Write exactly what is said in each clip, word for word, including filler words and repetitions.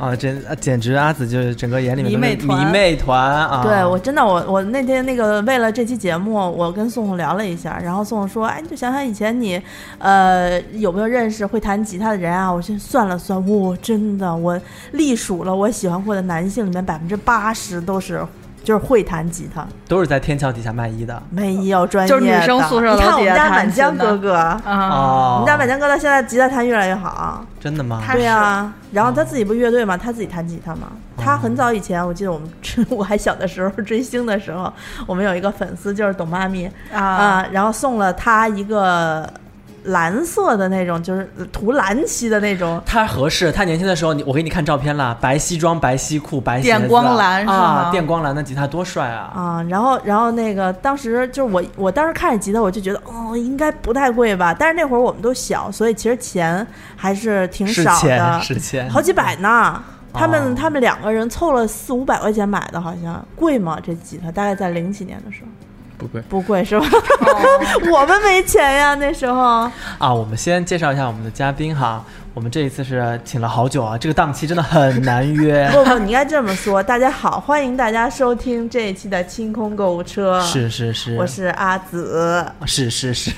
啊，真简直阿紫就是整个眼里面迷妹团， 迷妹团啊！ 对我真的，我我那天那个为了这期节目，我跟宋宋聊了一下，然后宋宋说：“哎，你就想想以前你，呃，有没有认识会弹吉他的人啊？”我先算了算，我、哦、真的我历数了，我喜欢过的男性里面百分之八十都是。就是会弹吉他， 都是在天桥底下卖艺的， 没有专业的， 就是女生宿舍。 你看我们家满江哥哥啊， 我们家满江哥哥现在吉他弹越来越好。 真的吗？ 对啊，然后他自己不乐队嘛，他自己弹吉他嘛。他很早以前，我记得我们我还小的时候追星的时候，我们有一个粉丝就是董妈咪啊、呃，然后送了他一个。蓝色的那种，就是涂蓝漆的那种， 他合适。他年轻的时候，你我给你看照片了，白西装、白西裤、白鞋子， 电光蓝是吗？ 啊，电光蓝的吉他多帅啊！ 啊，然后，然后那个当时就是我，我当时看着吉他，我就觉得，哦，应该不太贵吧？但是那会儿我们都小，所以其实钱还是挺少的， 是钱，是钱， 好几百呢。他们、哦、他们两个人凑了四五百块钱买的，好像贵吗？这吉他大概在零几年的时候。 不贵， 不贵是吧？哦、我们没钱呀，那时候啊。我们先介绍一下我们的嘉宾哈。我们这一次是请了好久啊，这个档期真的很难约。 不不，你应该这么说。大家好，欢迎大家收听这一期的清空购物车。 是是是， 我是阿紫。 是是是。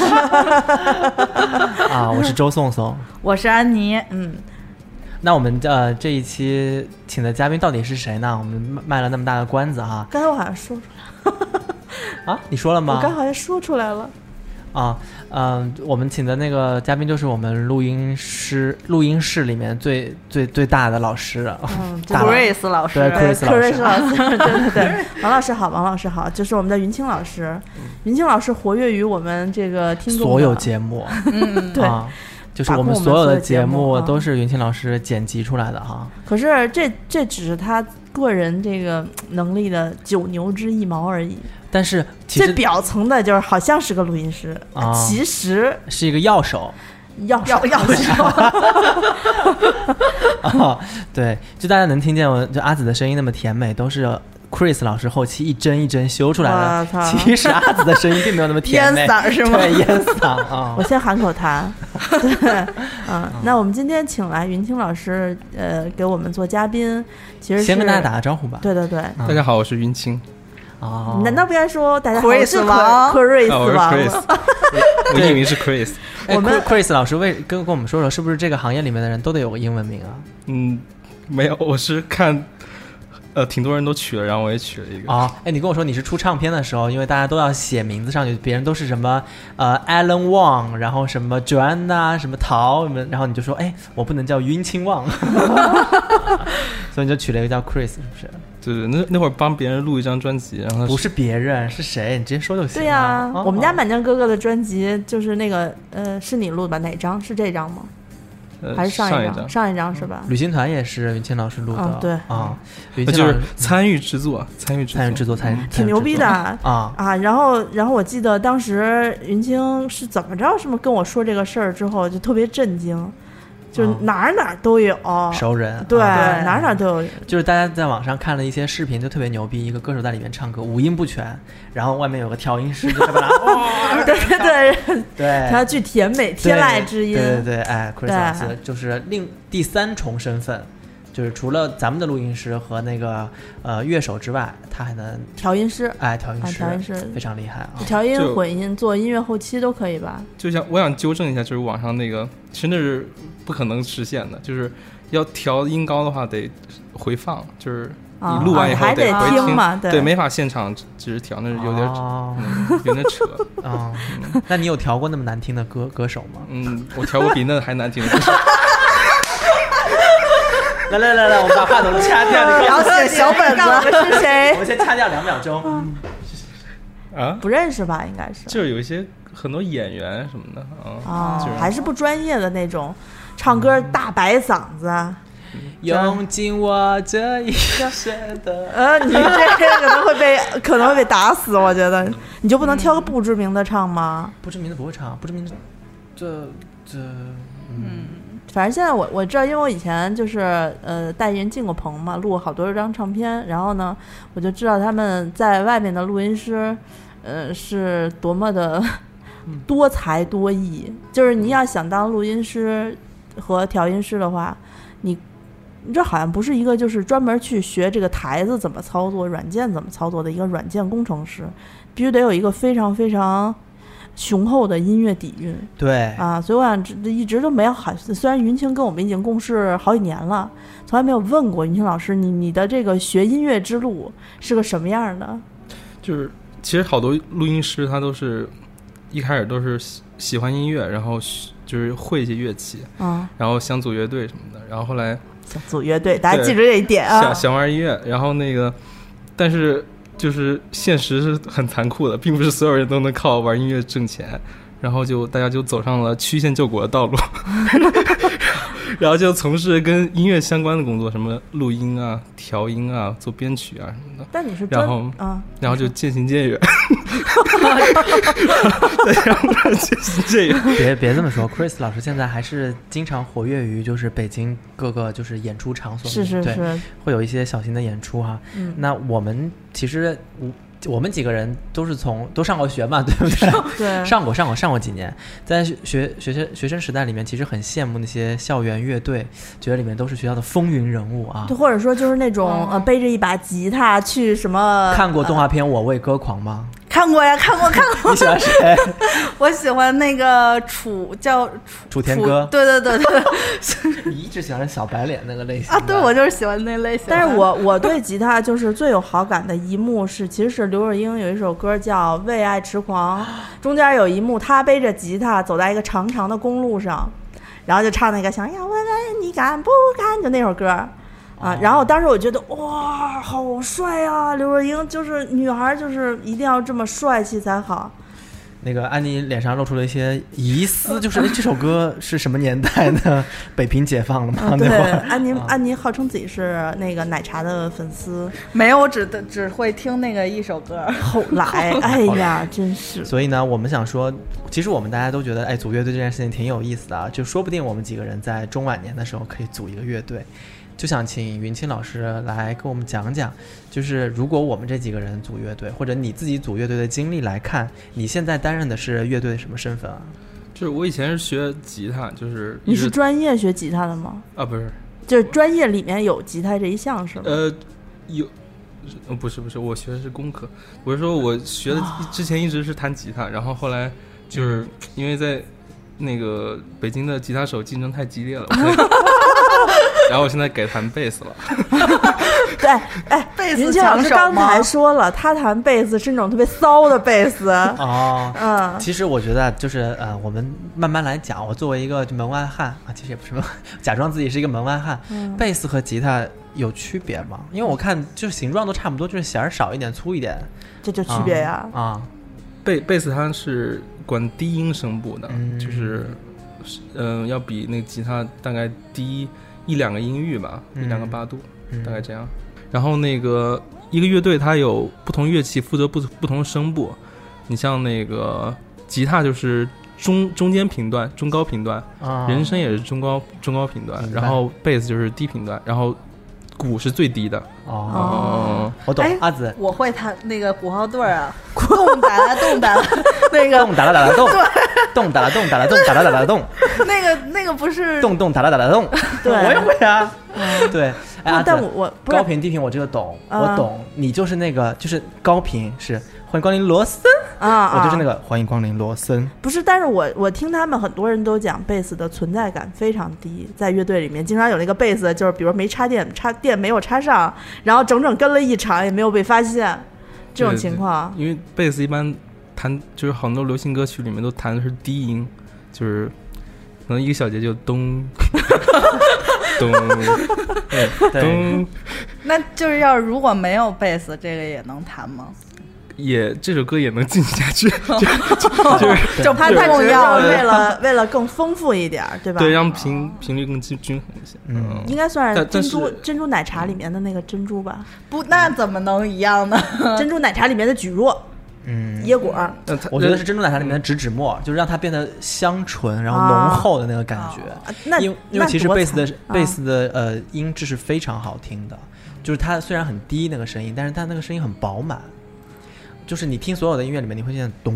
啊，我是周颂颂。 我是安妮。 嗯。 那我们呃这一期请的嘉宾到底是谁呢？我们卖了那么大的关子哈。 刚才我好像说出来了。 啊，你说了吗？ 我刚好像说出来了。 啊，嗯、呃，我们请的那个嘉宾就是我们录音师录音室里面最最最大的老师， 嗯 ，Chris 老师， 对 ，Chris 老师， Chris 老师，对对对，王老师好，王老师好，就是我们的云清老师，云清老师活跃于我们这个听众所有节目， 嗯，对。 啊就是我们所有的节目都是云清老师剪辑出来的哈。 可是这这只是他个人这个能力的九牛之一毛而已。 但是其实这表层的就是好像是个录音师， 啊、 其实是一个药手。 药手药手。 啊，对，就大家能听见我就阿紫的声音那么甜美，都是Chris 老师后期一帧一帧修出来的。其实阿紫的声音并没有那么甜美， 烟嗓是吗？ 对，烟嗓啊。 我先喊口痰。对，嗯，那我们今天请来云清老师，呃，给我们做嘉宾。其实先跟大家打个招呼吧。 对对对， 大家好，我是云清。 哦， 你难道不该说大家好？ Chris 王 ，Chris 王， 我艺名是 Chris。 我们 Chris 老师为跟跟我们说说，是不是这个行业里面的人都得有个英文名啊？ 嗯，没有，我是看。呃，挺多人都取了，然后我也取了一个啊。哎、哦，你跟我说你是出唱片的时候，因为大家都要写名字上去，别人都是什么呃 Alan Wang， 然后什么 Joanna， 什么陶，然后你就说，哎，我不能叫晕青旺，所以你就取了一个叫 Chris， 是不是？ 对对，那那会儿帮别人录一张专辑，然后不是别人是谁，你直接说就行了。 对呀、啊哦， 我们家满江哥哥的专辑就是那个呃，是你录的吧？哪张？是这张吗？ 呃、 还是上一张？ 上一上一张是吧？ 旅行团也是云清老师录的， 嗯、对啊， 就是参与制作，参与参与制作，参与挺牛逼的啊啊！然后，然后我记得当时云清是怎么着？什么跟我说这个事儿之后，就特别震惊。就是哪儿哪儿都有、哦、 熟人， 对， 啊、 哪儿哪儿都有。 就是大家在网上看了一些视频，就特别牛逼，一个歌手在里面唱歌，五音不全，然后外面有个调音师，就在那哦， 对对对对， 他巨甜美天籁之音， 对对对，哎 ，Chris 老师就是另第三重身份。就是除了咱们的录音师和那个呃乐手之外，他还能调音师， 哎，调音师， 调音师非常厉害啊！ 调音、混音、做音乐后期都可以吧？ 就像我想纠正一下，就是网上那个其实那是不可能实现的，就是要调音高的话得回放，就是你录完以后得回听嘛， 对，没法现场只是调，那是有点、 哦嗯、有点扯啊、嗯。那你有调过那么难听的歌歌手吗？ 嗯，我调过比那还难听的歌手。 来来来来，我们把话筒掐掉，你了解小本子是谁？ 我们先掐掉两秒钟。嗯、 啊， 不认识吧？应该是。 就是有一些很多演员什么的啊， 哦就是、 还是不专业的那种，唱歌大白嗓子。嗯用尽我这一生的， 呃，你这可能会被可能会被打死，我觉得你就不能挑个不知名的唱吗？ 不知名的不会唱，不知名的，这这，嗯， 反正现在我我知道，因为我以前就是呃带人进过棚嘛，录过好多张唱片，然后呢，我就知道他们在外面的录音师，呃，是多么的多才多艺。就是你要想当录音师和调音师的话，你你这好像不是一个就是专门去学这个台子怎么操作、软件怎么操作的一个软件工程师，必须得有一个非常非常雄厚的音乐底蕴。 对啊，所以我想一直都没有好，虽然云清跟我们已经共事好几年了，从来没有问过云清老师，你你的这个学音乐之路是个什么样的？ 就是其实好多录音师他都是一开始都是喜喜欢音乐，然后就是会一些乐器， 嗯， 然后想组乐队什么的，然后后来想组乐队，大家记住这一点啊， 想想玩音乐，然后那个，但是就是现实是很残酷的，并不是所有人都能靠玩音乐挣钱，然后就大家就走上了曲线救国的道路，然后就从事跟音乐相关的工作，什么录音啊、调音啊、做编曲啊什么的。 但你是然后啊， 然后就渐行渐远，对，然后渐行渐远。 别别这么说 ，Chris 老师现在还是经常活跃于就是北京各个就是演出场所， 是是是， 会有一些小型的演出哈。 嗯， 那我们其实我们几个人都是从都上过学嘛，对不对？ 对， 上过上过上过几年，在学学学生学生时代里面，其实很羡慕那些校园乐队，觉得里面都是学校的风云人物啊。 就或者说就是那种、 哦、 呃背着一把吉他去什么？ 看过动画片《我为歌狂》吗？ 看过呀，看过看过。 你喜欢谁？ 我喜欢那个楚叫楚楚田歌。 对对对对， 你一直喜欢小白脸那个类型啊？对，我就是喜欢那类型。 但是我我对吉他就是最有好感的一幕是，其实是刘若英有一首歌叫《为爱痴狂》，中间有一幕她背着吉他走在一个长长的公路上，然后就唱那个想要问问你敢不敢，就那首歌。啊，然后当时我觉得哇，好帅啊！刘若英就是女孩，就是一定要这么帅气才好。 那个安妮脸上露出了一些疑思，就是哎，这首歌是什么年代呢？北平解放了吗？ 啊、对，安妮、 啊、 安妮号称自己是那个奶茶的粉丝， 没有，我只只会听那个一首歌。 后来，哎呀，真是。 所以呢，我们想说，其实我们大家都觉得，哎，组乐队这件事情挺有意思的啊，就说不定我们几个人在中晚年的时候可以组一个乐队。就想请云清老师来跟我们讲讲，就是如果我们这几个人组乐队，或者你自己组乐队的经历来看，你现在担任的是乐队的什么身份啊？ 就是我以前是学吉他，就是你是专业学吉他的吗？ 啊，不是， 就是专业里面有吉他这一项是吗？ 呃，有，不是不是，我学的是工科。我是说我学的之前一直是弹吉他，然后后来就是因为在那个北京的吉他手竞争太激烈了。然后我现在改弹贝斯了。 对，哎，贝斯云清老师刚才说了，他弹贝斯是那种特别骚的贝斯。 哦， 嗯， 其实我觉得就是呃，我们慢慢来讲。我作为一个门外汉啊，其实也不是门，假装自己是一个门外汉。嗯，贝斯和吉他有区别吗？因为我看就是形状都差不多，就是弦少一点、粗一点， 这就区别呀。 啊，啊贝贝斯它是管低音声部的，嗯、就是嗯、呃，要比那个吉他大概低一两个音域吧，嗯、一两个八度，嗯、大概这样。然后那个一个乐队它有不同乐器负责不不同的声部，你像那个吉他就是中中间频段、中高频段，啊、人声也是中高中高频段，然后贝斯就是低频段，然后鼓是最低的。 哦， 哦我懂。阿紫， 我会弹那个鼓号对啊，动打啦动打啦，那个动打啦打啦动，动打啦动打啦动打啦打啦动， 那个那个不是动动打啦打啦动， 对， 我也会啊。对，哎， 但我我高频低频我这个懂，我懂。你就是那个，就是高频是欢迎光临罗森啊， 我就是那个欢迎光临罗森。 不是，但是我我听他们很多人都讲贝斯的存在感非常低，在乐队里面经常有那个贝斯就是比如没插电，插电没有插上，然后整整跟了一场也没有被发现，这种情况。 因为贝斯一般弹就是很多流行歌曲里面都弹的是低音，就是可能一个小节就咚咚咚。 那就是要如果没有贝斯，这个也能弹吗？ 也这首歌也能进下去，就就是就它太重要了，为了为了更丰富一点，对吧？ 对，让频频率更均均衡一些。嗯， 应该算是珍珠珍珠奶茶里面的那个珍珠吧？ 不，那怎么能一样呢？ 珍珠奶茶里面的蒟蒻。嗯，椰果， 我觉得是珍珠奶茶里面的植脂末，就是让它变得香醇，然后浓厚的那个感觉。 啊、那因为因为其实贝斯的贝斯的呃音质是非常好听的，就是它虽然很低那个声音，但是它那个声音很饱满。就是你听所有的音乐里面，你会现在咚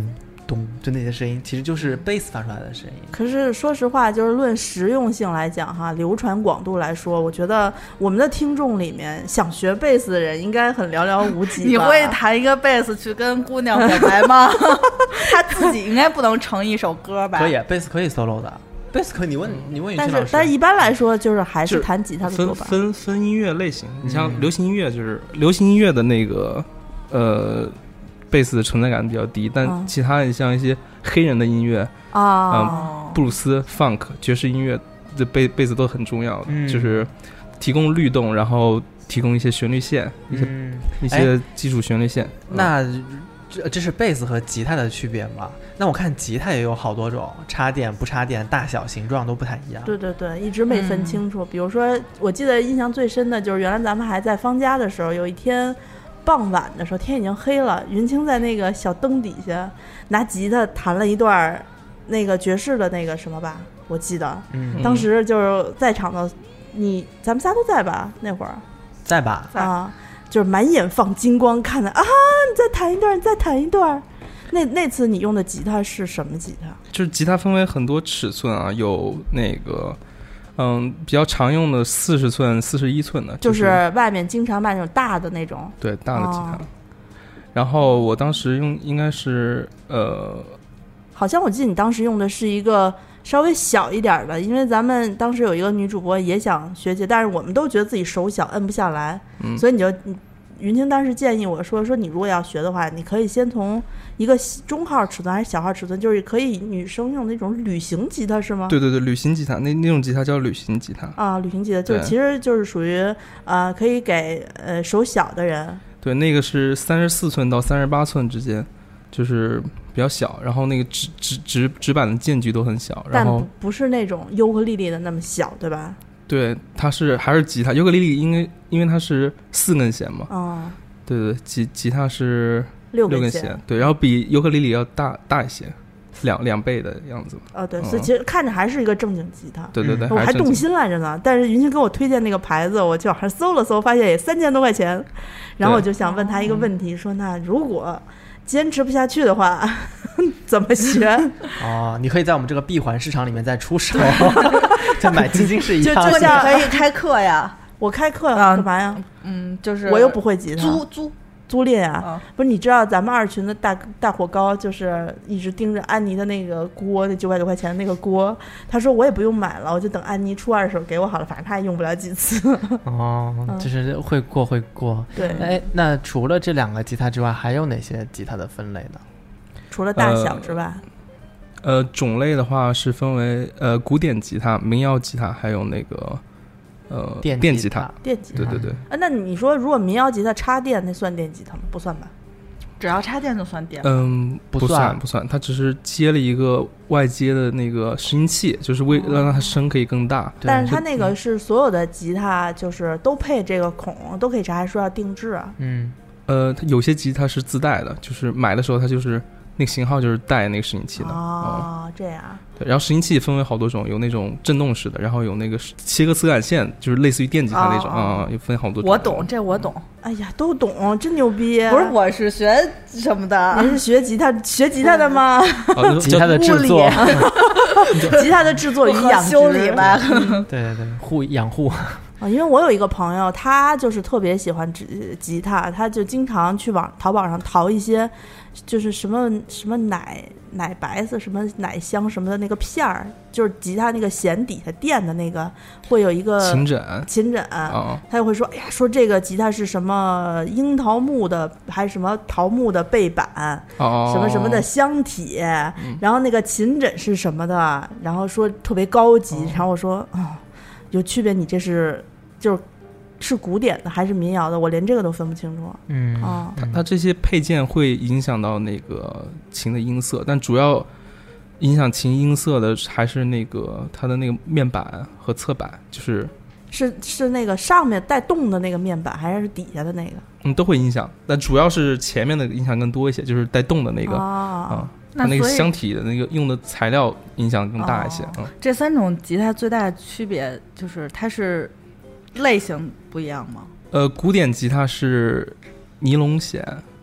咚，就那些声音，其实就是贝斯发出来的声音。 可是说实话，就是论实用性来讲哈，流传广度来说，我觉得我们的听众里面想学贝斯的人应该很寥寥无几吧。 你会弹一个贝斯去跟姑娘表白吗？他自己应该不能成一首歌吧？ 可以，贝斯可以 solo 的。贝斯可以，你问你问但云清老师， 是但是一般来说就是还是弹吉他的分做法。 分分音乐类型，你像流行音乐，就是、嗯、流行音乐的那个呃贝斯的存在感比较低，但其他的像一些黑人的音乐啊、 哦呃，布鲁斯、funk、爵士音乐的贝贝斯都很重要的、嗯，就是提供律动，然后提供一些旋律线，一些、嗯、一些基础旋律线。 那这这是贝斯和吉他的区别吗？那我看吉他也有好多种，插电不插电，大小形状都不太一样。 对对对，一直没分清楚、嗯、比如说我记得印象最深的就是原来咱们还在方家的时候，有一天傍晚的时候天已经黑了，云清在那个小灯底下拿吉他弹了一段那个爵士的那个什么吧，我记得、嗯、当时就是在场的你咱们仨都在吧，那会儿在吧啊，就是满眼放金光看的啊，你再弹一段你再弹一段。那那次你用的吉他是什么吉他？ 就是吉他分为很多尺寸啊，有那个嗯比较常用的四十寸、四十一寸的， 就是、就是外面经常卖那种大的那种， 对，大的吉他。哦、然后我当时用应该是呃， 好像我记得你当时用的是一个稍微小一点的，因为咱们当时有一个女主播也想学吉，但是我们都觉得自己手小摁不下来，嗯、所以你就云清当时建议我说说你如果要学的话，你可以先从一个中号尺寸还是小号尺寸，就是可以女生用那种旅行吉他是吗？ 对对对，旅行吉他，那那种吉他叫旅行吉他啊，旅行吉他就其实就是属于呃可以给呃手小的人。 对，那个是三十四寸到三十八寸之间，就是比较小，然后那个指指指指板的间距都很小，然后但不是那种尤克里里的那么小，对吧？ 对，它是还是吉他，尤克里里因为因为它是四根弦嘛， 哦， 对对，吉吉他是六根弦，对，然后比尤克里里要大大一些，两两倍的样子。 哦，对，嗯、所以其实看着还是一个正经吉他。 对对对， 我还动心来着呢。但是云清给我推荐那个牌子，我就网上搜了搜，发现也三千多块钱。然后我就想问他一个问题，说那如果坚持不下去的话，怎么学？ 哦，你可以在我们这个闭环市场里面再出手，就买基金是一样的。 就就你可以开课呀， 我开课干嘛呀？ 嗯，就是我又不会吉他， 租租。 租赁啊、 嗯， 不是你知道咱们二群的大大火高就是一直盯着安妮的那个锅，那九百多块钱的那个锅，他说我也不用买了，我就等安妮出二手给我好了，反正他也用不了几次。 哦，嗯、就是会过会过。 对， 哎，那除了这两个吉他之外，还有哪些吉他的分类呢？ 除了大小之外， 呃，呃种类的话是分为呃古典吉他、民谣吉他，还有那个。呃， 电电吉他， 电吉他， 对对对。 啊，那你说如果民谣吉他插电，那算电吉他吗？不算吧？ 只要插电就算电。 嗯，不算，不算，不算。它只是接了一个外接的那个拾音器，就是为了让它声可以更大。 但是它那个是所有的吉他就是都配这个孔，都可以插，还说要定制啊？ 嗯， 呃，它有些吉他是自带的，就是买的时候它就是那个型号就是带那个拾音器的。 哦，嗯、这样。 对，然后拾音器分为好多种，有那种震动式的，然后有那个切割磁感线，就是类似于电吉他那种啊、哦，也、嗯、分好多种。 我懂，这我懂。 哎呀，都懂，真牛逼！ 不是，我是学什么的？ 你是学吉他学吉他的吗？ 哦、吉他的制作， 吉他的制作与养殖修理吧。 对对对，护养护。 啊，因为我有一个朋友，他就是特别喜欢吉他，他就经常去网淘宝上淘一些，就是什么什么奶奶白色、什么奶香什么的那个片儿，就是吉他那个弦底下垫的那个，会有一个琴枕， 琴枕，哦、他就会说，哎呀，说这个吉他是什么樱桃木的，还是什么桃木的背板， 哦、 什么什么的箱体，嗯、然后那个琴枕是什么的，然后说特别高级，哦、然后我说，哦。有区别，你这是就是是古典的还是民谣的？我连这个都分不清楚。 嗯啊， 它它这些配件会影响到那个琴的音色，但主要影响琴音色的还是那个它的那个面板和侧板，就是是是那个上面带动的那个面板，还是底下的那个？ 嗯，都会影响，但主要是前面的影响更多一些，就是带动的那个啊。嗯它那个箱体的那个用的材料影响更大一些。 哦嗯， 这三种吉他最大的区别就是它是类型不一样吗？ 呃，古典吉他是尼龙弦，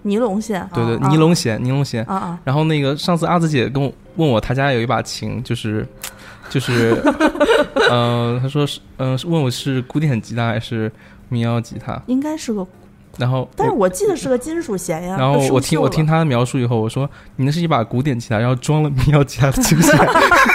尼龙弦， 对对， 啊、 尼龙弦，尼龙弦。 啊啊！ 然后那个上次阿紫姐跟我问我，她家有一把琴，就是就是，呃，她说是，嗯、呃，问我是古典吉他还是民谣吉他， 应该是个。 然后， 但是我记得是个金属弦呀。 然后我听我听他的描述以后，我说你那是一把古典吉他，然后装了民谣吉他的琴弦。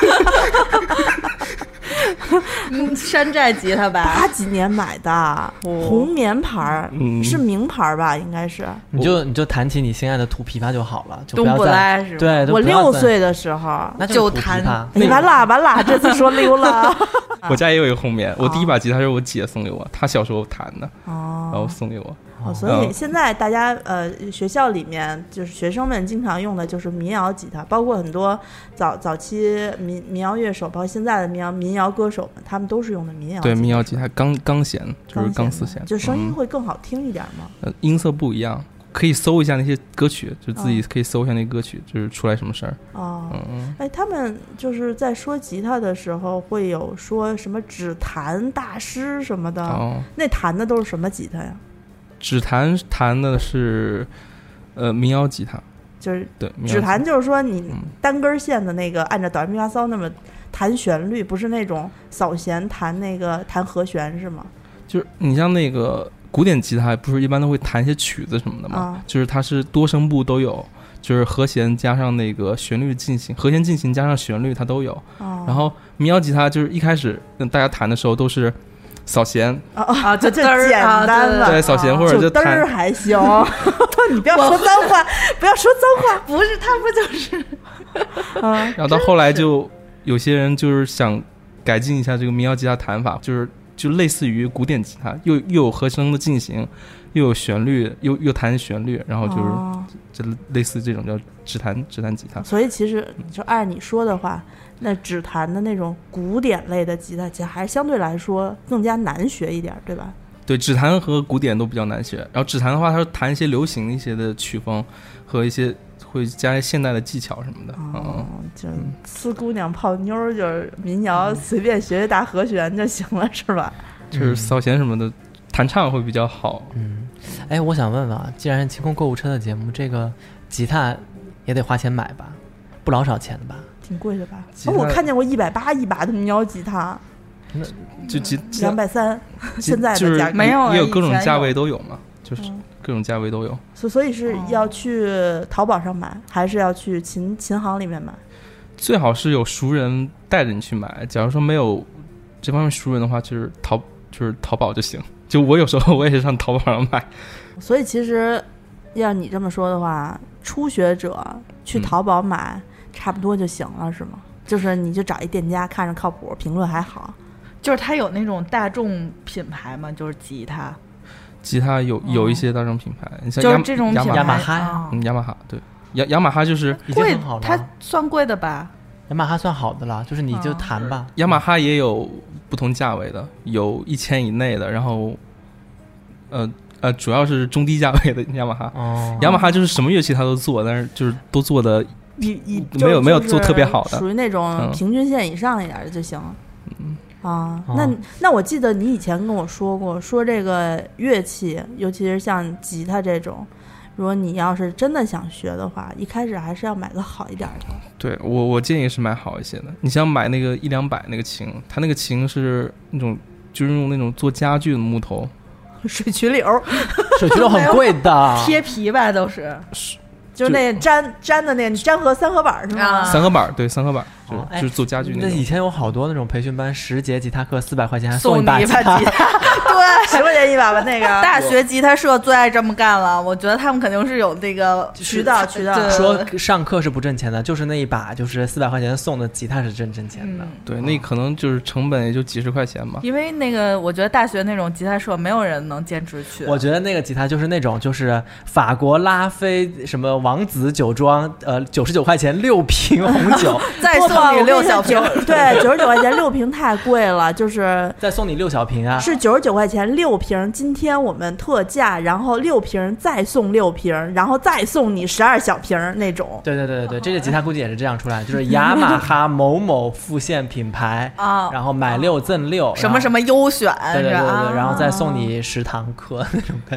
嗯，山寨吉他吧， 八几年买的，哦、红棉牌、嗯，是名牌吧？应该是。 你就你就弹起你心爱的土琵琶就好了，就不要东布拉是吧？ 对， 我六岁的时候那就弹。 哎，完了完了，这次说溜了。 我家也有一个红棉，我第一把吉他是我姐送给我，她小时候弹的， 哦， 然后送给我。 哦，所以现在大家呃学校里面就是学生们经常用的就是民谣吉他，包括很多早早期民民谣乐手，包括现在的民谣民谣歌手们，他们都是用的民谣吉他。 对，民谣吉他钢钢弦就是钢丝弦， 就声音会更好听一点吗？ 呃，音色不一样，可以搜一下那些歌曲，就自己可以搜一下那歌曲，哦、就是出来什么声儿。 哦，嗯，哎，他们就是在说吉他的时候会有说什么指弹大师什么的，哦，那弹的都是什么吉他呀？ 指弹弹的是，呃，民谣吉他， 就是对， 指弹就是说你单根线的那个，按照哆来咪发嗦那么弹旋律，不是那种扫弦弹那个弹和弦是吗？ 就是你像那个古典吉他，不是一般都会弹一些曲子什么的吗？啊、就是它是多声部都有，就是和弦加上那个旋律进行，和弦进行加上旋律它都有。哦、然后民谣吉他就是一开始大家弹的时候都是。扫弦啊啊，就就简单了。 对，扫弦或者就弹儿还行。你不要说脏话，不要说脏话。 不是，他不就是？ 嗯。 然后到后来就有些人就是想改进一下这个民谣吉他弹法，就是就类似于古典吉他，又又有和声的进行，又有旋律，又又弹旋律，然后就是、哦、就类似这种叫指弹指弹吉他。 所以其实就按你说的话。那指弹的那种古典类的吉他，其实还是相对来说更加难学一点，对吧？ 对，指弹和古典都比较难学。然后指弹的话，它弹一些流行一些的曲风和一些会加一些现代的技巧什么的。 哦，嗯、就呲姑娘泡妞，就是民谣，随便学学大和弦就行了，是吧？ 就是扫弦什么的，弹唱会比较好。 嗯，哎，我想问问啊，既然是清空购物车的节目，这个吉他也得花钱买吧？不老少钱的吧？ 挺贵的吧？哦，我看见过一百八一把的民谣吉他， 那就吉两百三，现在的价格没有， 也有各种价位都有嘛，就是各种价位都有。 所所以是要去淘宝上买，还是要去琴琴行里面买？ 最好是有熟人带着你去买。假如说没有这方面熟人的话，就是淘就是淘宝就行。就我有时候我也是上淘宝上买。 所以其实要你这么说的话，初学者去淘宝买。嗯差不多就行了是吗？就是你就找一店家看着靠谱，评论还好。 就是它有那种大众品牌吗？就是吉他， 吉他有有一些大众品牌，你、哦、像就是这种品牌雅马哈， 嗯，雅马哈对，雅雅马哈就是贵，它算贵的吧？ 雅马哈算好的了，就是你就弹吧。 雅马哈也有不同价位的，有一千以内的，然后呃。呃，主要是中低价位的雅马哈。哦，雅马哈就是什么乐器它都做，但是就是都做的一一没有没有做特别好的， 属于那种平均线以上一点的就行。嗯啊，那那我记得你以前跟我说过，说这个乐器，尤其是像吉他这种，如果你要是真的想学的话，一开始还是要买个好一点的。 对我我建议是买好一些的。你像买那个一两百那个琴，它那个琴是那种就是用那种做家具的木头。 水曲柳， 水曲柳很贵的， 贴皮吧都是， 就是那粘粘的那粘合三合板是吗？ 三合板对，三合板就是、哦、就是做家具那种。 那以前有好多那种培训班，十节吉他课四百块钱还送一把吉他， 吉他对， 十块钱一把吧那个。 大学吉他社最爱这么干了，我觉得他们肯定是有这个渠道渠道。 说上课是不挣钱的，就是那一把就是四百块钱送的吉他是真挣钱的。嗯、 对，那可能就是成本也就几十块钱吧。 因为那个我觉得大学那种吉他社没有人能坚持去。 我觉得那个吉他就是那种就是法国拉菲什么王子酒庄，呃，九十九块钱六瓶红酒， 再送你六小瓶。 对，九十九块钱六瓶太贵了，就是再送你六小瓶啊， 是九十九块钱六瓶。今天我们特价，然后六瓶再送六瓶，然后再送你十二小瓶那种。 对对对对对，这个吉他估计也是这样出来，就是雅马哈某某副线品牌啊，然后买六赠六， 什么什么优选， 对对对对，然后再送你十堂课那种感觉。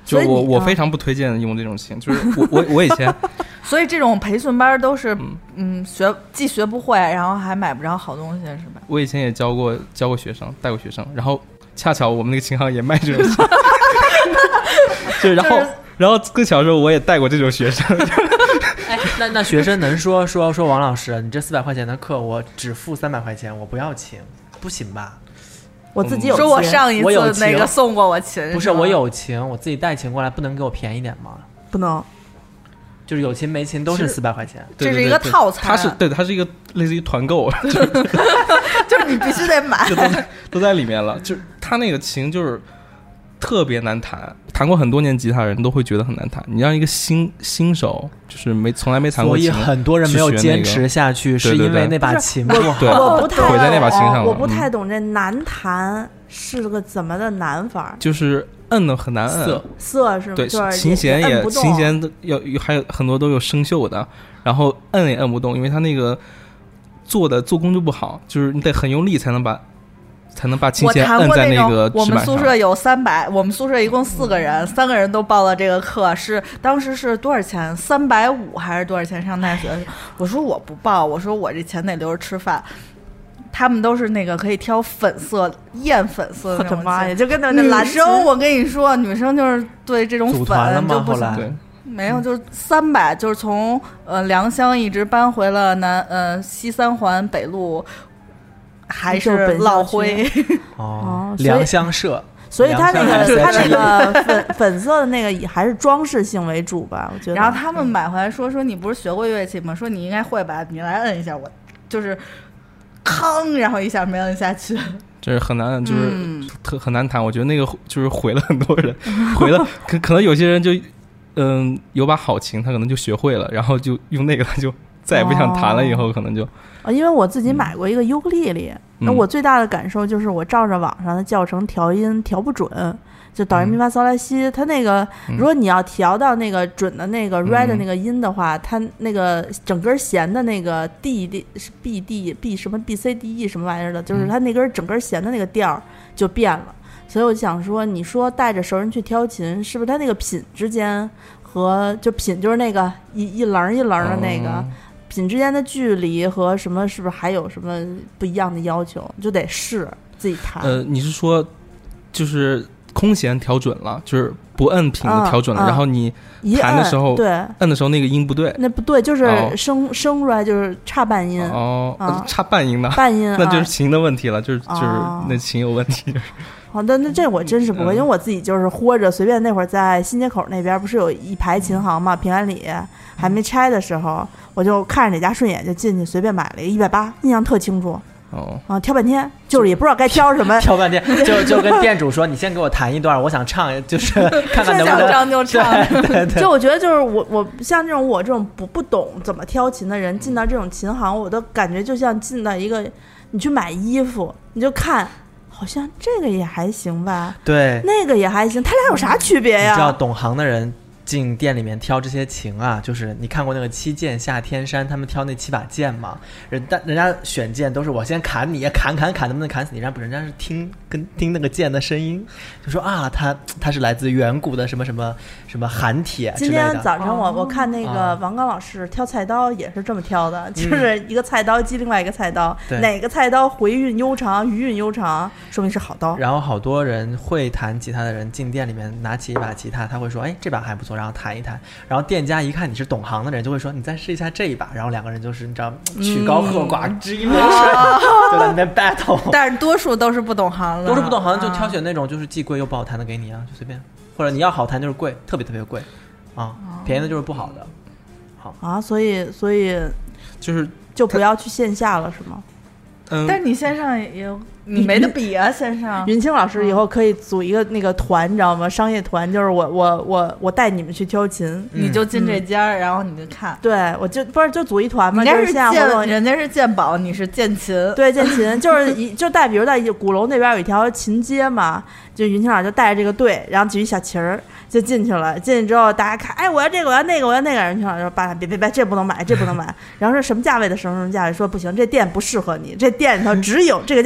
就我我非常不推荐用这种琴，就是我我我以前， 所以这种培训班都是嗯学既学不会，然后还买不着好东西，是吧？ 我以前也教过教过学生，带过学生，然后恰巧我们那个琴行也卖这种琴，就然后、就是、然后更巧的是我也带过这种学生。 哎，那那学生能说说说王老师，你这四百块钱的课我只付三百块钱，我不要琴，不行吧？ 我自己有琴， 说我上一次那个送过我琴， 不是我有琴，我自己带琴过来，不能给我便宜点吗？ 不能， 就是有琴没琴都是四百块钱， 这是一个套餐， 它是对，它是一个类似于团购， 就是就是你必须得买， 就都在都在里面了。就它那个琴就是特别难弹，弹过很多年吉他人都会觉得很难弹。你让一个新新手，就是没从来没弹过琴， 所以很多人没有坚持下去， 那个、 是因为那把琴不好。 对， 我不太毁在那把琴上了。 我不太懂这难弹是个怎么的难法， 就是摁的很难摁， 色色是吗？ 对， 就是琴弦也也琴弦要还有很多都有生锈的，然后摁也摁不动，因为它那个做的做工就不好，就是你得很用力才能把。才能把琴弦摁在那个我们宿舍有三百，我们宿舍一共四个人，三个人都报了这个课，是当时是多少钱？三百五还是多少钱？上大学，我说我不报，我说我这钱得留着吃饭。他们都是那个可以挑粉色、艳粉色的那种。我的妈呀！就跟那女生，我跟你说，女生就是对这种粉就不行。 没有，就是三百，就是从呃良乡一直搬回了南呃西三环北路。还是老灰哦，良乡社， 所以它那个它那个粉粉色的那个还是装饰性为主吧，我觉得。 然后他们买回来说说你不是学过乐器吗？说你应该会吧，你来摁一下，我就是康，然后一下没摁下去。 这是很难，就是特、嗯、很难弹。我觉得那个就是毁了很多人，毁了可可能有些人就嗯有把好琴，他可能就学会了，然后就用那个他就再也不想弹了，以后可能就。 啊，因为我自己买过一个尤克里里，那、嗯、我最大的感受就是我照着网上的教程调音调不准，就哆来咪发嗦来西，它那个如果你要调到那个准的那个 re 的那个音的话，嗯、它那个整根弦的那个 D D 是 B D B 什么 B C D E 什么玩意儿的，就是它那根整根弦的那个调就变了。所以我想说，你说带着熟人去挑琴，是不是它那个品之间和就品就是那个一一棱一棱的那个。哦品之间的距离和什么是不是还有什么不一样的要求？就得试自己弹。 呃，你是说就是空弦调准了，就是不摁品的调准了，嗯嗯、然后你弹的时候， 对， 摁的时候那个音不对， 那不对，就是声、哦、声出来就是差半音哦、嗯，差半音的， 半音、啊， 那就是琴的问题了，就是就是那琴有问题。 好的，那这我真是不会，嗯、因为我自己就是豁着随便。那会儿在新街口那边不是有一排琴行嘛，平安里还没拆的时候，我就看着哪家顺眼就进去随便买了一个一百八，印象特清楚。 哦， 啊，挑半天就是也不知道该挑什么， 挑半天就就跟店主说，你先给我弹一段，我想唱，就是看看能不能唱就唱。 对对对， 就我觉得就是我我像这种我这种不不懂怎么挑琴的人，进到这种琴行，我都感觉就像进到一个你去买衣服，你就看。好像这个也还行吧， 对， 那个也还行，他俩有啥区别呀？ 你知道懂行的人进店里面挑这些琴啊，就是你看过那个七剑下天山他们挑那七把剑吗？人家人家选剑都是我先砍你，砍砍砍能不能砍死你，人家不人家是听跟听那个剑的声音，就说啊他他是来自远古的什么什么什么寒铁之类的。 今天早上我、哦、我看那个王刚老师挑菜刀也是这么挑的，嗯、就是一个菜刀击另外一个菜刀，哪个菜刀回韵悠长余韵悠长，说明是好刀。 然后好多人会弹吉他的人进店里面拿起一把吉他，他会说哎这把还不错，然后弹一弹，然后店家一看你是懂行的人，就会说你再试一下这一把，然后两个人就是你知道曲高和寡，知音为水，就在那边 battle。 但是多数都是不懂行的， 都是不懂行就挑选那种就是既贵又不好弹的给你啊，就随便，或者你要好弹就是贵，特别特别贵啊，便宜的就是不好的。好啊，所以所以就是就不要去线下了，是吗？ 嗯，但是你线上也有。你没得比啊，线上。 云清老师以后可以组一个那个团，你知道吗？商业团，就是我我我我带你们去挑琴， 嗯、你就进这家、嗯，然后你就看。 对，我就不是就组一团嘛， 人家是鉴，人家是鉴宝，你是鉴琴。 对，鉴琴就是一就带，比如在鼓楼那边有一条琴街嘛，就云清老师就带着这个队，然后举一小旗儿就进去了。进去之后，大家看，哎，我要这个，我要那个，我要那个。云清老师说：“爸，别别别，这不能买，这不能买。”然后说什么价位的什么什么价位，说不行，这店不适合你，这店里头只有这个价位以上。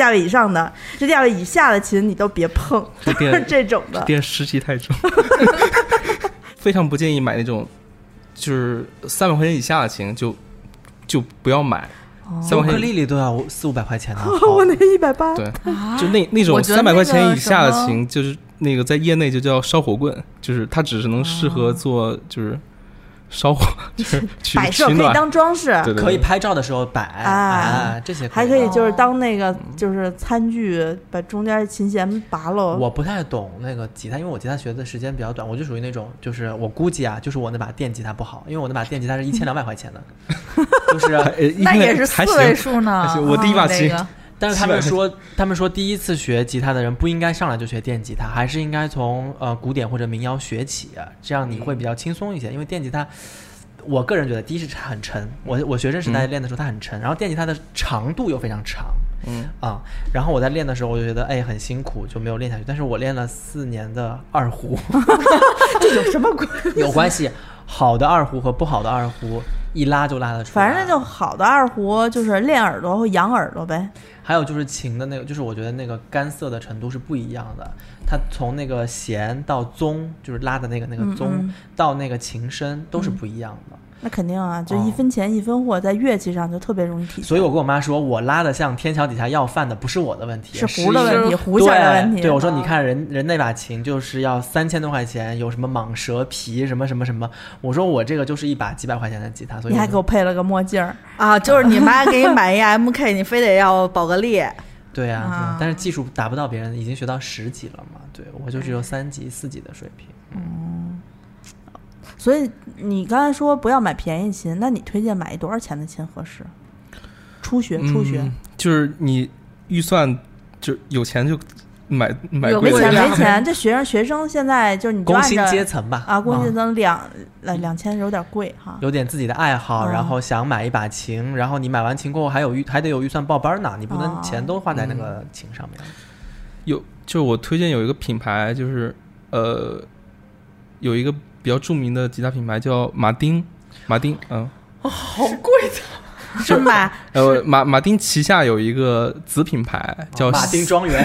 上的，这调以下的琴你都别碰， 这电这种的。 电湿气太重，非常不建议买那种就是三百块钱以下的琴，就就不要买。 尤克里里都要四五百块钱呢， 我那一百八。 对，就那那种三百块钱以下的琴，就是那个在业内就叫烧火棍，就是它只是能适合做就是烧火，就是摆设可以当装饰， 对对对， 可以拍照的时候摆啊，这些还可以就是当那个就是餐具，把中间琴弦拔了。 我不太懂那个吉他，因为我吉他学的时间比较短，我就属于那种就是我估计啊，就是我那把电吉他不好，因为我那把电吉他是一千两百块钱的，就是那也是四位数呢。 我第一把琴。 那个但是他们说，他们说第一次学吉他的人不应该上来就学电吉他，还是应该从呃古典或者民谣学起，这样你会比较轻松一些。因为电吉他，我个人觉得第一是很沉，我我学生时代练的时候它很沉，嗯、然后电吉他的长度又非常长，嗯啊，然后我在练的时候我就觉得哎很辛苦，就没有练下去。但是我练了四年的二胡， 这有什么关系？ 有关系，好的二胡和不好的二胡一拉就拉得出来。 反正就好的二胡就是练耳朵或养耳朵呗。 还有就是琴的那个，就是我觉得那个干涩的程度是不一样的。它从那个弦到宗，就是拉的那个那个宗，嗯嗯到那个琴声都是不一样的。嗯那肯定啊，就一分钱一分货，在乐器上就特别容易体现。 所以我跟我妈说，我拉的像天桥底下要饭的，不是我的问题， 是胡的问题，胡下的问题。 对，对我说你看人人那把琴就是要三千多块钱，有什么蟒蛇皮什么什么什么。我说我这个就是一把几百块钱的吉他，所以你还给我配了个墨镜啊，就是你妈给你买一 M K， 你非得要宝格丽。 对啊，啊但是技术达不到别人，已经学到十级了嘛。对我就只有三级、四级的水平。 嗯，所以你刚才说不要买便宜琴，那你推荐买多少钱的琴合适？初学，初学、 嗯、就是你预算就有钱就买买贵的，没钱没钱。这学生学生现在就是你就工薪阶层吧啊，工薪阶层两呃两千有点贵哈。 有点自己的爱好，嗯、然后想买一把琴，然后你买完琴过后还有预还得有预算报班呢，你不能钱都花在那个琴上面。 嗯、有就是我推荐有一个品牌，就是呃有一个比较著名的吉他品牌叫马丁，马丁嗯， 哦，好贵的。 是马呃马马丁旗下有一个子品牌叫、 哦、马丁庄园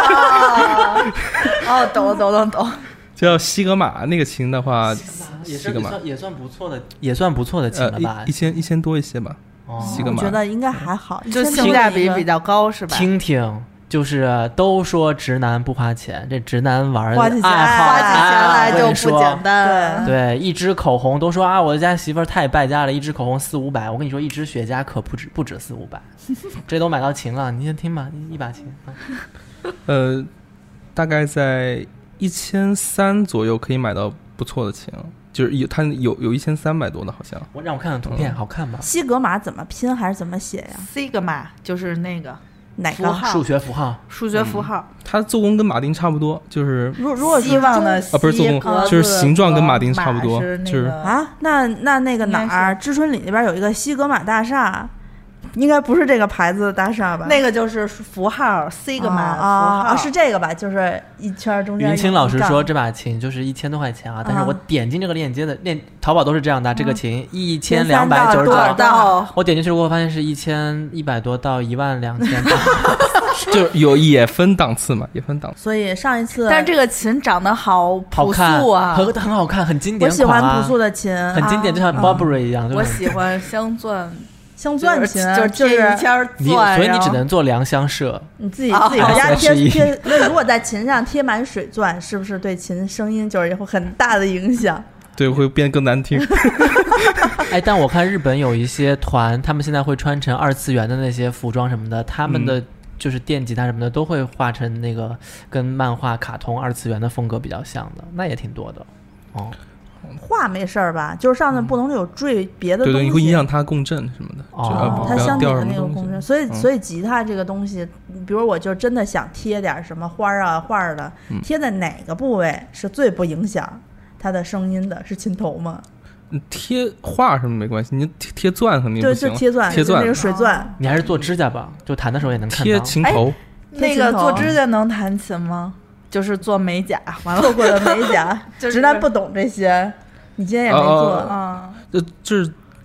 哦，懂懂懂懂， 叫西格玛。那个琴的话， 也是也算也算不错的，也算不错的琴了吧？ 呃、一, 一千一千多一些吧。哦，西格玛我觉得应该还好， 就性价比比较高是吧？ 听听。就是都说直男不花钱，这直男玩花起爱好花起钱来就不简单。 对对，一支口红都说啊，我家媳妇儿太败家了，一支口红四五百。我跟你说，一支雪茄可不止不止四五百，这都买到琴了。你先听吧，一把琴。 呃，大概在一千三左右可以买到不错的琴，就是有它有有一千三百多的，好像。 我让我看看图片，嗯、好看吧？ 西格玛怎么拼还是怎么写呀？ 西格玛就是那个。 哪个数学符号？ 数学符号、 嗯，它做工跟马丁差不多，就是如如果希望的啊，不是做工，就是形状跟马丁差不多， 是就是啊，那那那个哪儿？知春里那边有一个西格玛大厦，应该不是这个牌子的大厦吧？ 那个就是符号，西格玛符号啊，是这个吧？就是一圈中间。 云清老师说这把琴就是一千多块钱啊，但是我点进这个链接的链，淘宝都是这样的，这个琴一千两百九十九，我点进去，我发现是一千一百多到一万两千多。 就有也分档次嘛，也分档次。 所以上一次， 但是这个琴长得好朴素啊， 很很好看，很经典、啊。 我喜欢朴素的琴， 很经典，就像 Burberry 一样。 嗯、我喜欢镶钻， 镶钻琴就是就是一圈钻， 所以你只能做良镶社。 你自己自己回家贴贴。那如果在琴上贴满水钻，是不是对琴声音就是有很大的影响？ 对，会变更难听。 哎，但我看日本有一些团，他们现在会穿成二次元的那些服装什么的，他们的。嗯就是电吉他什么的都会画成那个跟漫画、卡通、二次元的风格比较像的，那也挺多的。哦， 画没事儿吧？就是上面不能有缀别的东西， 对对，你会影响它共振什么的。 哦，它相比的那个共振，所以所以吉他这个东西，比如我就真的想贴点什么花啊画的，贴在哪个部位是最不影响它的声音的？是琴头吗？ 贴画什么没关系，你贴贴钻肯定不行。 对，就贴钻， 贴钻那个水钻、哦。 你还是做指甲吧，就弹的时候也能看到。 贴琴头， 那个做指甲能弹琴吗？就是做美甲，完了做过的美甲， 就是、 直男不懂这些。你今天也没做啊？ 这、呃、就是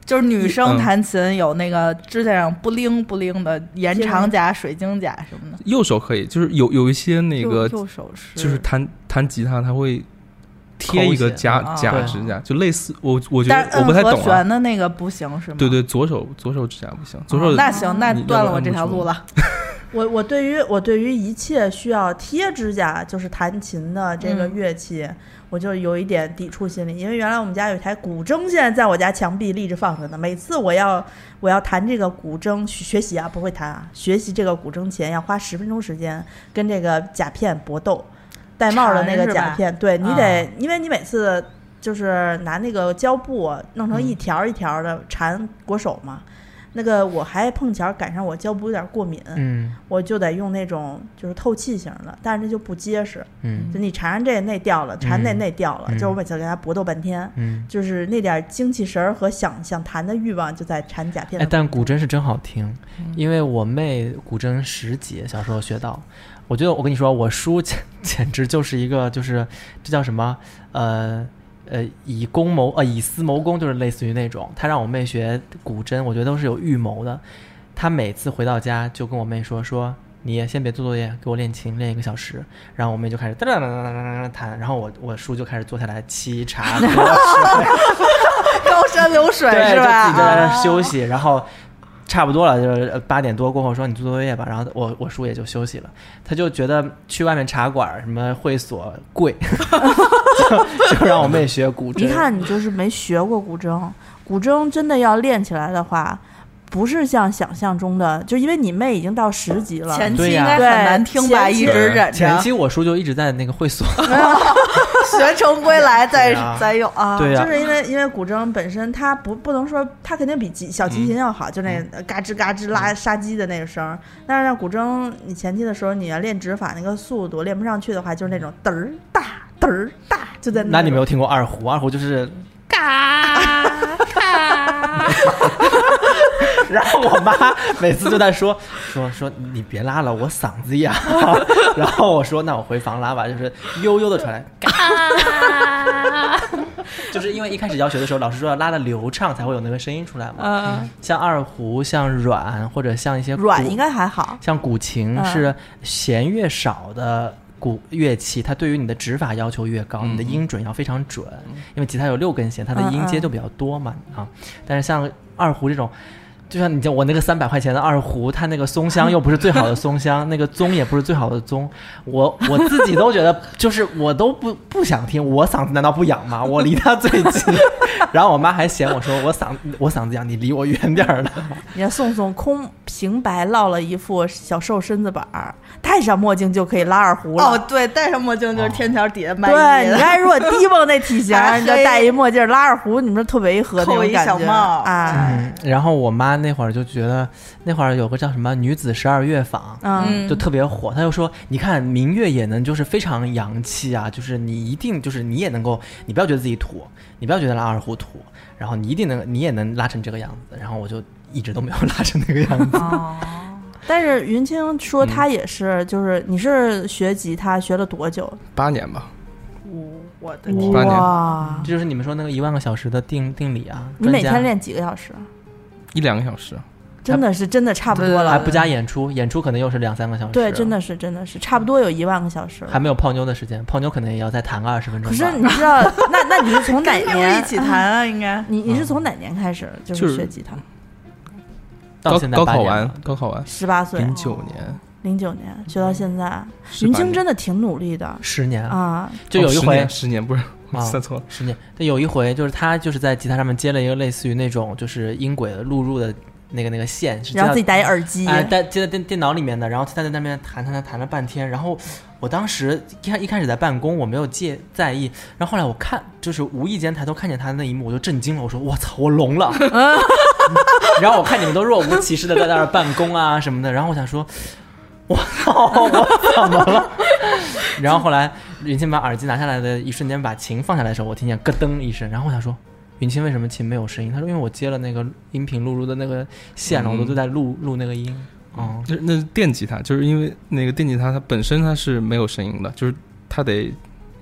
就是女生弹琴有那个指甲上不灵不灵的延长甲、水晶甲什么的。 右手可以，就是有有一些那个右手是就是弹弹吉他，他会贴一个假假指甲，就类似我我觉得我不太懂啊。 和弦的那个不行是吗？ 对对，左手左手指甲不行，左手、 哦、那行，那断了我这条路了。 我我对于我对于一切需要贴指甲就是弹琴的这个乐器、嗯，我就有一点抵触心理，因为原来我们家有一台古筝，现在在我家墙壁立着放着呢。每次我要我要弹这个古筝学习啊，不会弹啊，学习这个古筝前要花十分钟时间跟这个甲片搏斗，戴帽的那个甲片，对你得、嗯，因为你每次就是拿那个胶布弄成一条一条的缠裹手嘛。嗯，那个我还碰巧赶上我胶布有点过敏，嗯，我就得用那种就是透气型的，但是这就不结实，嗯，就你缠上这那掉了，缠那那掉了，嗯，就我每次跟他搏斗半天，嗯，就是那点精气神和想想弹的欲望就在缠甲片。 哎，但古筝是真好听，嗯，因为我妹古筝十级，小时候学到，我觉得我跟你说，我叔简简直就是一个就是这叫什么呃。呃，以公谋呃以私谋公，就是类似于那种。他让我妹学古筝，我觉得都是有预谋的。他每次回到家就跟我妹说说，你先别做作业，给我练琴，练一个小时。然后我妹就开始哒哒哒哒哒哒弹，然后我我叔就开始坐下来沏茶喝水， 高山流水是吧？ 对，就自己就在那休息，然后。差不多了，就是八点多过后说你做作业吧，然后我我叔也就休息了。他就觉得去外面茶馆什么会所贵，就, 就让我妹学古筝。 一看你就是没学过古筝，古筝真的要练起来的话。不是像想象中的，就因为你妹已经到十级了， 前期应该很难听吧，一直忍着。 前期我叔就一直在那个会所学成归来再再用啊， 对啊， 就是因为因为古筝本身它不不能说它肯定比小提琴要好，嗯，就那嘎吱嘎吱拉杀鸡的那个声，嗯，但是那古筝你前期的时候你要练指法那个速度练不上去的话，就是那种嘚儿大嘚儿大就在那。 那你没有听过二胡？二胡就是嘎嘎。然后我妈每次就在说说说你别拉了，我嗓子哑。然后我说那我回房拉吧，就是悠悠的传来，就是因为一开始教学的时候，老师说要拉的流畅才会有那个声音出来嘛。嗯，像二胡、像阮或者像一些阮应该还好， 像古琴是弦越少的。古乐器它对于你的指法要求越高，嗯，你的音准要非常准，嗯，因为吉他有六根弦，它的音阶就比较多嘛，嗯，啊。但是像二胡这种，就像你讲我那个三百块钱的二胡，它那个松香又不是最好的松香，那个宗也不是最好的宗，我我自己都觉得就是我都不不想听，我嗓子难道不痒吗？我离它最近。然后我妈还嫌我说我嗓我嗓子痒，你离我远点了。 你看宋宋空平白落了一副小瘦身子板，戴上墨镜就可以拉二胡了。 哦，对，戴上墨镜就是天桥底下卖艺的。 对，你看如果低蹦那体型，你就戴一墨镜拉二胡，你们特违和那种感觉。 扣一小帽， 哎， 嗯。然后我妈那会儿就觉得，那会儿有个叫什么女子十二乐坊，嗯，就特别火。她就说，你看民乐也能就是非常洋气啊，就是你一定就是你也能够，你不要觉得自己土，你不要觉得拉二胡土，然后你一定能，你也能拉成这个样子。然后我就一直都没有拉成那个样子。 哦，但是云清说他也是，就是你是学吉他学了多久？ 八年吧。 我的天！ 哇， 这就是你们说那个一万个小时的定定理啊！ 你每天练几个小时？ 一两个小时。 真的是真的差不多了， 还不加演出，演出可能又是两三个小时。 对，真的是真的是差不多有一万个小时了， 还没有泡妞的时间，泡妞可能也要再弹个二十分钟。 可是你知道，那那你是从哪年一起弹啊？应该你你是从哪年开始就是学吉他？ 到现在高考完，高考完十八岁， 零九年， 零九年学到现在，云清真的挺努力的， 十年啊， 就有一回、 哦、十年不是。算错了， 十年。对，有一回就是他就是在吉他上面接了一个类似于那种就是音轨的录入的那个那个线， 然后自己戴耳机， 哎、呃，带接在电电脑里面的，然后他在那边弹弹弹弹了半天，然后我当时一开一开始在办公，我没有介在意，然后后来我看就是无意间抬头看见他的那一幕，我就震惊了，我说我操，我聋了。然后我看你们都若无其事的在那儿办公啊什么的，然后我想说。我操！我怎么了？然后后来云清把耳机拿下来的一瞬间，把琴放下来的时候，我听见咯噔一声，然后我想说，云清为什么琴没有声音？他说因为我接了那个音频录入的那个线了，嗯、我都在录录那个音。哦、 嗯，那那是电吉他，就是因为那个电吉他它本身它是没有声音的，就是它得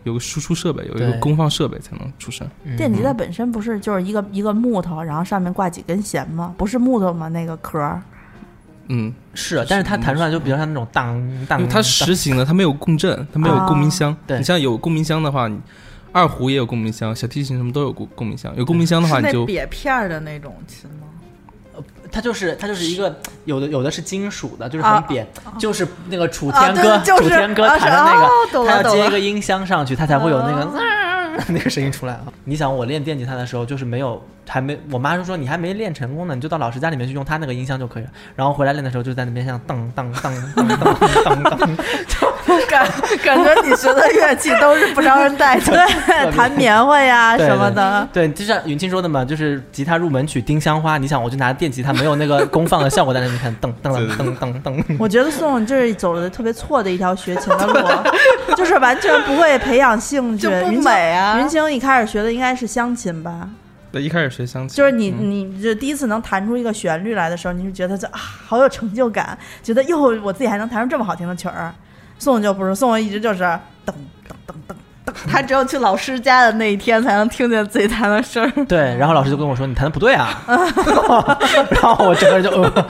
有个输出设备，有一个功放设备才能出声。 电吉他本身不是就是一个一个木头，然后上面挂几根弦吗？不是木头吗？那个壳。 嗯， 是，但是它弹出来就比较像那种当当， 因为它实行的，它没有共振，它没有共鸣箱。 对， 你像有共鸣箱的话，你二胡也有共鸣箱，小提琴什么都有共共鸣箱。有共鸣箱的话，你就是那瘪片的那种琴吗？ 它就是它就是一个有的有的是金属的，就是很扁， 啊、 就是那个楚天歌， 啊就是、 楚天歌弹的那个， 它、 啊、要接一个音箱上去，它才会有那个、 啊、 那个声音出来啊。你想我练电吉他的时候，就是没有还没，我妈就说你还没练成功呢，你就到老师家里面去用他那个音箱就可以了。然后回来练的时候就在那边像当当当当当当当， 就感感觉你学的乐器都是不招人待见， 对，弹棉花呀什么的。 对，对就像云清说的嘛，就是吉他入门曲《丁香花》，你想我就拿电吉他，没有那个功放的效果在那边看，噔噔噔噔噔。 我觉得宋这是走的特别错的一条学琴的路，就是完全不会培养兴趣， 就不美啊。 云清一开始学的应该是乡琴吧？ 对，一开始学乡琴， 就是你、 嗯、 你就第一次能弹出一个旋律来的时候，你就觉得这啊好有成就感，觉得哟我自己还能弹出这么好听的曲儿。宋就不是，宋一直就是噔噔噔噔噔， 他只有去老师家的那一天才能听见自己弹的声儿。 对，然后老师就跟我说你弹的不对啊，然后我整个人就呃。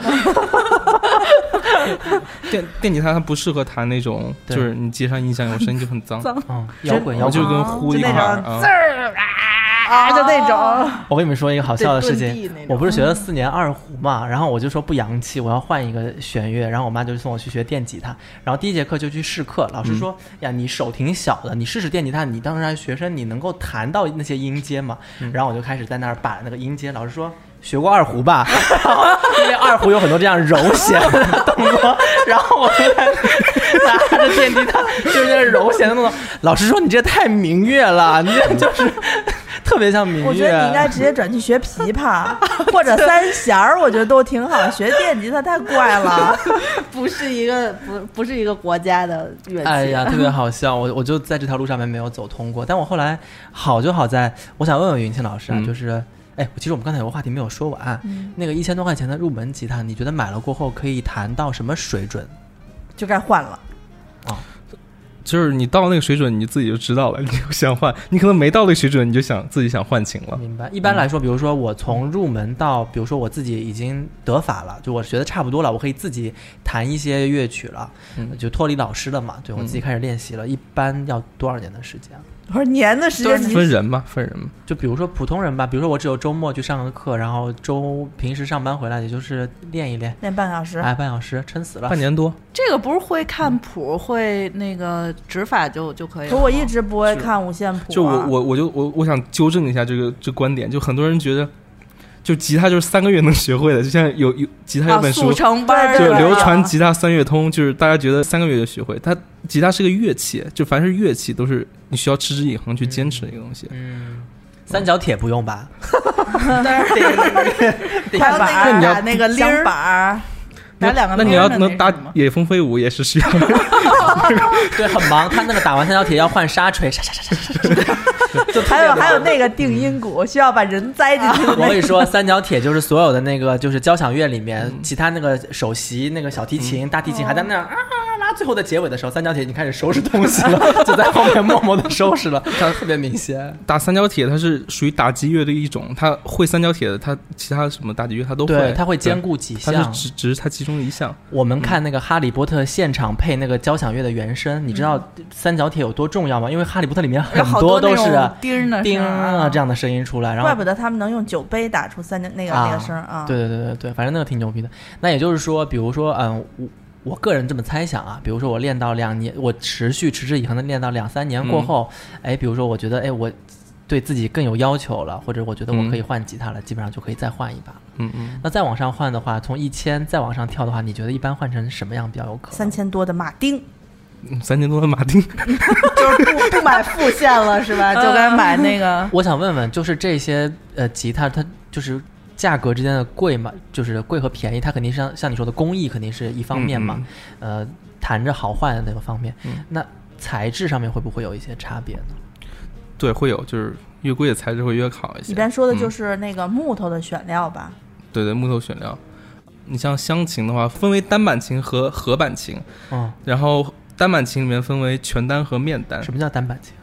电电吉他它不适合弹那种，就是你接上音箱，有声音就很脏， 嗯，摇滚摇滚就跟呼一块儿啊，啊，就那种。 我跟你们说一个好笑的事情，我不是学了四年二胡嘛，然后我就说不洋气，我要换一个弦乐，然后我妈就送我去学电吉他，然后第一节课就去试课，老师说、嗯、呀，你手挺小的，你试试电吉他，你当时还学生，你能够弹到那些音阶嘛？嗯、然后我就开始在那儿把那个音阶，老师说。学过二胡吧，因为二胡有很多这样揉弦的动作，然后我就在拿着电吉他，就是那个揉弦的动作。老师说你这太民乐了，你这就是特别像民乐。 我觉得你应该直接转去学琵琶或者三弦儿，我觉得都挺好。学电吉他太怪了， 不是一个不不是一个国家的乐器。 哎呀，特别好笑，我我就在这条路上面没有走通过。但我后来好就好在，我想问问云清老师啊，嗯、就是。哎，其实我们刚才有个话题没有说完，嗯、那个一千多块钱的入门吉他，你觉得买了过后可以弹到什么水准？ 就该换了啊！ 就是你到那个水准，你自己就知道了，你就想换。你可能没到那个水准，你就想自己想换琴了。 明白。一般来说，比如说我从入门到，比如说我自己已经得法了，就我学的差不多了，我可以自己弹一些乐曲了，嗯、就脱离老师了嘛。对，我自己开始练习了，嗯、一般要多少年的时间？ 我说年的时间分人吧，分人。 就比如说普通人吧，比如说我只有周末去上个课，然后周平时上班回来，也就是练一练， 练半小时， 哎，半小时，撑死了， 半年多。 这个不是会看谱，会那个指法就就可以了。 可我一直不会看五线谱、啊。 就我我我就我我想纠正一下这个这观点，就很多人觉得。就吉他就是三个月能学会的，就像有有吉他有本书， 速成班就流传吉他三月通，就是大家觉得三个月就学会。它吉他是个乐器，就凡是乐器都是你需要持之以恒去坚持的一个东西。 嗯，三角铁不用吧？ 但是还有那个打那个铃板。打两个那你要能打野蜂飞舞也是需要的。 对，很忙。他那个打完三角铁要换沙锤，沙沙沙沙沙。 就还有还有那个定音鼓，需要把人栽进去、啊。 我跟你说，三角铁就是所有的那个就是交响乐里面，嗯、其他那个首席、那个小提琴、嗯、大提琴还在那样啊拉，最后的结尾的时候，三角铁已经开始收拾东西了，就在后面默默的收拾了，看特别明显。 打三角铁它是属于打击乐的一种，他会三角铁的，他其他什么打击乐他都会， 对，他会兼顾几项， 他是只只是他其中一项。 我们看那个《哈利波特》现场配那个交响乐的原声，嗯、你知道三角铁有多重要吗？因为《哈利波特》里面很多都是叮叮啊这样的声音出来，然后怪不得他们能用酒杯打出三角那个、啊、那个声啊！ 对对对对对，反正那个挺牛逼的。那也就是说，比如说，嗯，我我个人这么猜想啊，比如说我练到两年，我持续持之以恒的练到两三年过后，嗯、哎，比如说我觉得哎我。对自己更有要求了，或者我觉得我可以换吉他了，嗯、基本上就可以再换一把。 嗯嗯。 那再往上换的话，从一千再往上跳的话，你觉得一般换成什么样比较有可能？ 三千多的马丁。 嗯，三千多的马丁， 就是不不买副线了是吧？就该买那个。 我想问问，就是这些呃吉他，它就是价格之间的贵嘛？就是贵和便宜，它肯定是像像你说的工艺肯定是一方面嘛，嗯嗯呃，弹着好坏的那个方面。嗯、那材质上面会不会有一些差别呢？ 对，会有，就是越贵的材质会越好一些。 一般说的就是那个木头的选料吧。 嗯、对对，木头选料。你像箱琴的话，分为单板琴和合板琴。 嗯。 然后单板琴里面分为全单和面单。 什么叫单板琴？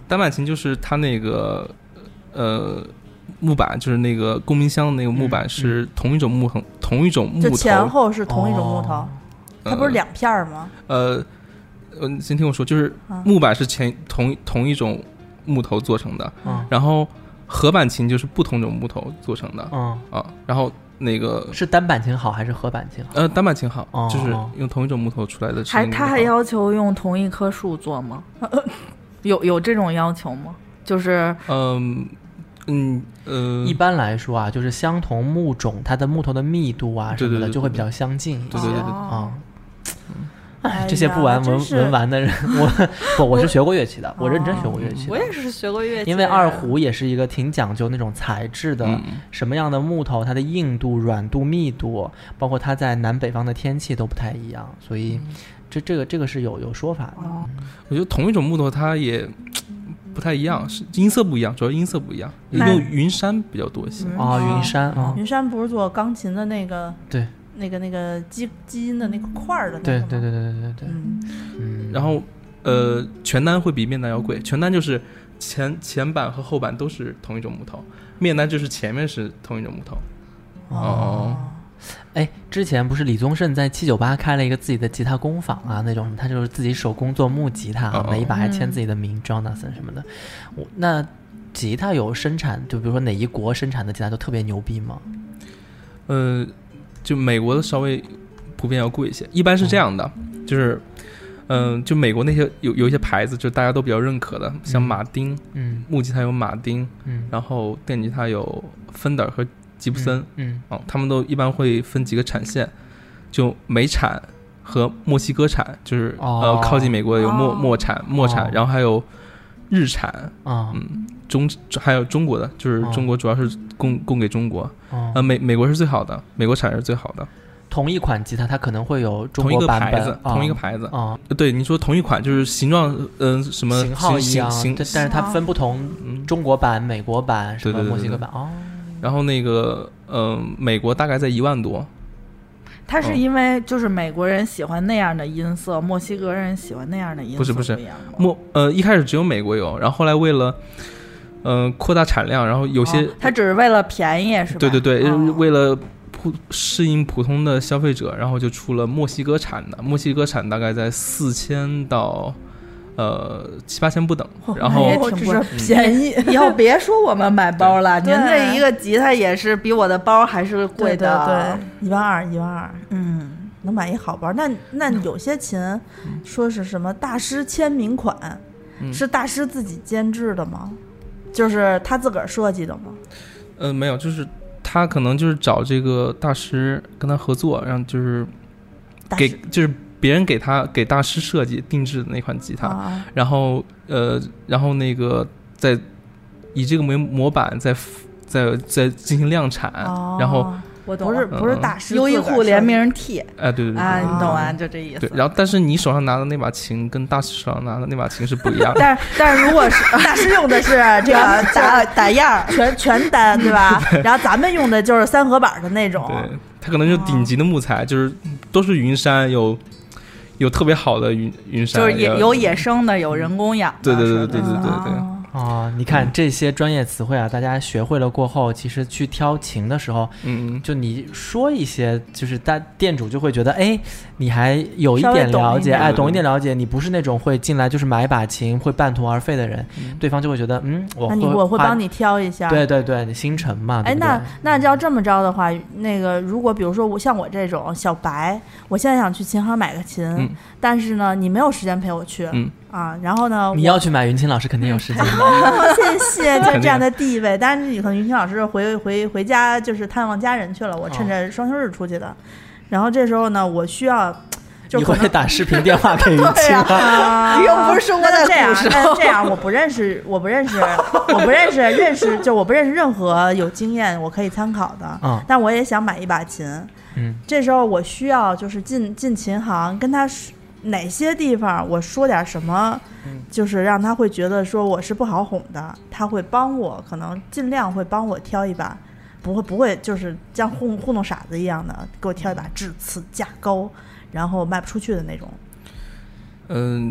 单板琴就是它那个呃木板，就是那个公民箱的那个木板是同一种木头，嗯、同一种木头， 就前后是同一种木头， 哦、 它不是两片吗？ 呃，呃，先听我说，就是木板是前同同一种木头做成的， 嗯、 然后合板琴就是不同种木头做成的， 嗯啊，然后。那个是单板琴好还是合板琴好？ 呃，单板琴好， 哦、 就是用同一种木头出来的。 还他还要求用同一棵树做吗？有有这种要求吗？就是嗯嗯呃， 一般来说啊，就是相同木种，它的木头的密度啊什么的对对对对就会比较相近一些。 对对对对啊。 哎， 这些不玩文文玩的人，我不，我是学过乐器的，我认真学过乐器的。 我也是学过乐器， 因为二胡也是一个挺讲究那种材质的， 嗯、 什么样的木头，它的硬度、软度、密度，包括它在南北方的天气都不太一样，所以这这个这个是有有说法的。 哦、 我觉得同一种木头它也不太一样，是音色不一样，主要音色不一样。用云杉比较多一些啊、哦，云杉啊， 云杉不是做钢琴的那个对。 那个那个基基因的那个块儿的那个，对对对对对对， 嗯嗯， 然后呃，全单会比面单要贵，全单就是前前板和后板都是同一种木头，面单就是前面是同一种木头。 哦， 哎，之前不是李宗盛在七九八开了一个自己的吉他工坊啊，那种什么，他就是自己手工做木吉他啊， 哦、 每一把还签自己的名、嗯、，Jonathan 什么的。我那吉他有生产，就比如说哪一国生产的吉他都特别牛逼吗？ 呃。就美国的稍微普遍要贵一些，一般是这样的，嗯、就是，嗯、呃，就美国那些有有一些牌子，就大家都比较认可的，像马丁， 嗯， 木吉他有马丁， 嗯， 然后电吉他有芬德尔和吉布森， 嗯， 哦，他们都一般会分几个产线，就美产和墨西哥产，就是、 哦、 呃靠近美国有墨墨产墨产， 哦、 然后还有日产， 啊、 嗯。中还有中国的，就是中国主要是供、哦、供给中国， 哦、 呃美美国是最好的，美国产是最好的。 同一款吉他它可能会有中国版本，同一个牌子， 哦、 同一个牌子。 哦， 对，你说同一款就是形状，嗯、呃，什么型号一样， 型但是它分不同， 嗯、 中国版、美国版、什么墨西哥版。 对对对对哦， 然后那个，嗯、呃，美国大概在一万多。 它是因为就是美国人喜欢那样的音色，哦、墨西哥人喜欢那样的音色， 不是不是，墨呃一开始只有美国有，然后后来为了。嗯、呃，扩大产量，然后有些、 哦、它只是为了便宜，是吧？ 对对对， 哦、 为了普适应普通的消费者，然后就出了墨西哥产的，墨西哥产大概在四千到呃七八千不等，然后也挺贵， 便宜。 以后别说我们买包了，您这一个吉他也是比我的包还是贵的， 对对对，一万二，一万二， 嗯， 能买一好包。那那有些琴说是什么大师签名款， 嗯、 是大师自己监制的吗？就是他自个儿设计的吗？ 呃，没有，就是他可能就是找这个大师跟他合作，让就是给就是别人给他给大师设计定制的那款吉他， 啊、 然后呃，然后那个再以这个为模板再再再进行量产， 哦、 然后。 我懂不是不是大师优衣库联名 T， 哎，对对对， 啊，你懂啊，就这意思。 对，然后但是你手上拿的那把琴跟大师手上拿的那把琴是不一样的。 但但是如果是大师用的是这个打打样全全单，对吧？然后咱们用的就是三合板的那种。 对，它可能就是顶级的木材，就是都是云杉，有有特别好的云云杉， 就是野有野生的，有人工养的。 对对对对对对对。 哦，你看这些专业词汇啊，大家学会了过后，其实去挑琴的时候， 嗯， 就你说一些，就是大店主就会觉得，哎，你还有一点了解，哎，懂一点了解，你不是那种会进来就是买把琴会半途而废的人， 嗯、 对方就会觉得，嗯，我会那你我会帮你挑一下， 对对对，你心诚嘛。 哎， 对对那那要这么着的话，那个如果比如说我像我这种小白，我现在想去琴行买个琴， 嗯、 但是呢，你没有时间陪我去， 嗯。 啊，然后呢？ 你要去买云清老师，肯定有时间的。 谢谢，就是这样的地位。但是可能云清老师回回回家就是探望家人去了，我趁着双休日出去的。哦、然后这时候呢，我需要，就你会打视频电话给云清啊？ 你又不是说过在这样，这样我不认识，我不认识，我不认识，认识就我不认识任何有经验我可以参考的。 嗯， 但我也想买一把琴。 嗯， 这时候我需要就是进进琴行跟他。哪些地方我说点什么，就是让他会觉得说我是不好哄的，他会帮我，可能尽量会帮我挑一把，不会不会就是像糊糊弄傻子一样的给我挑一把质次价高，然后卖不出去的那种。 嗯，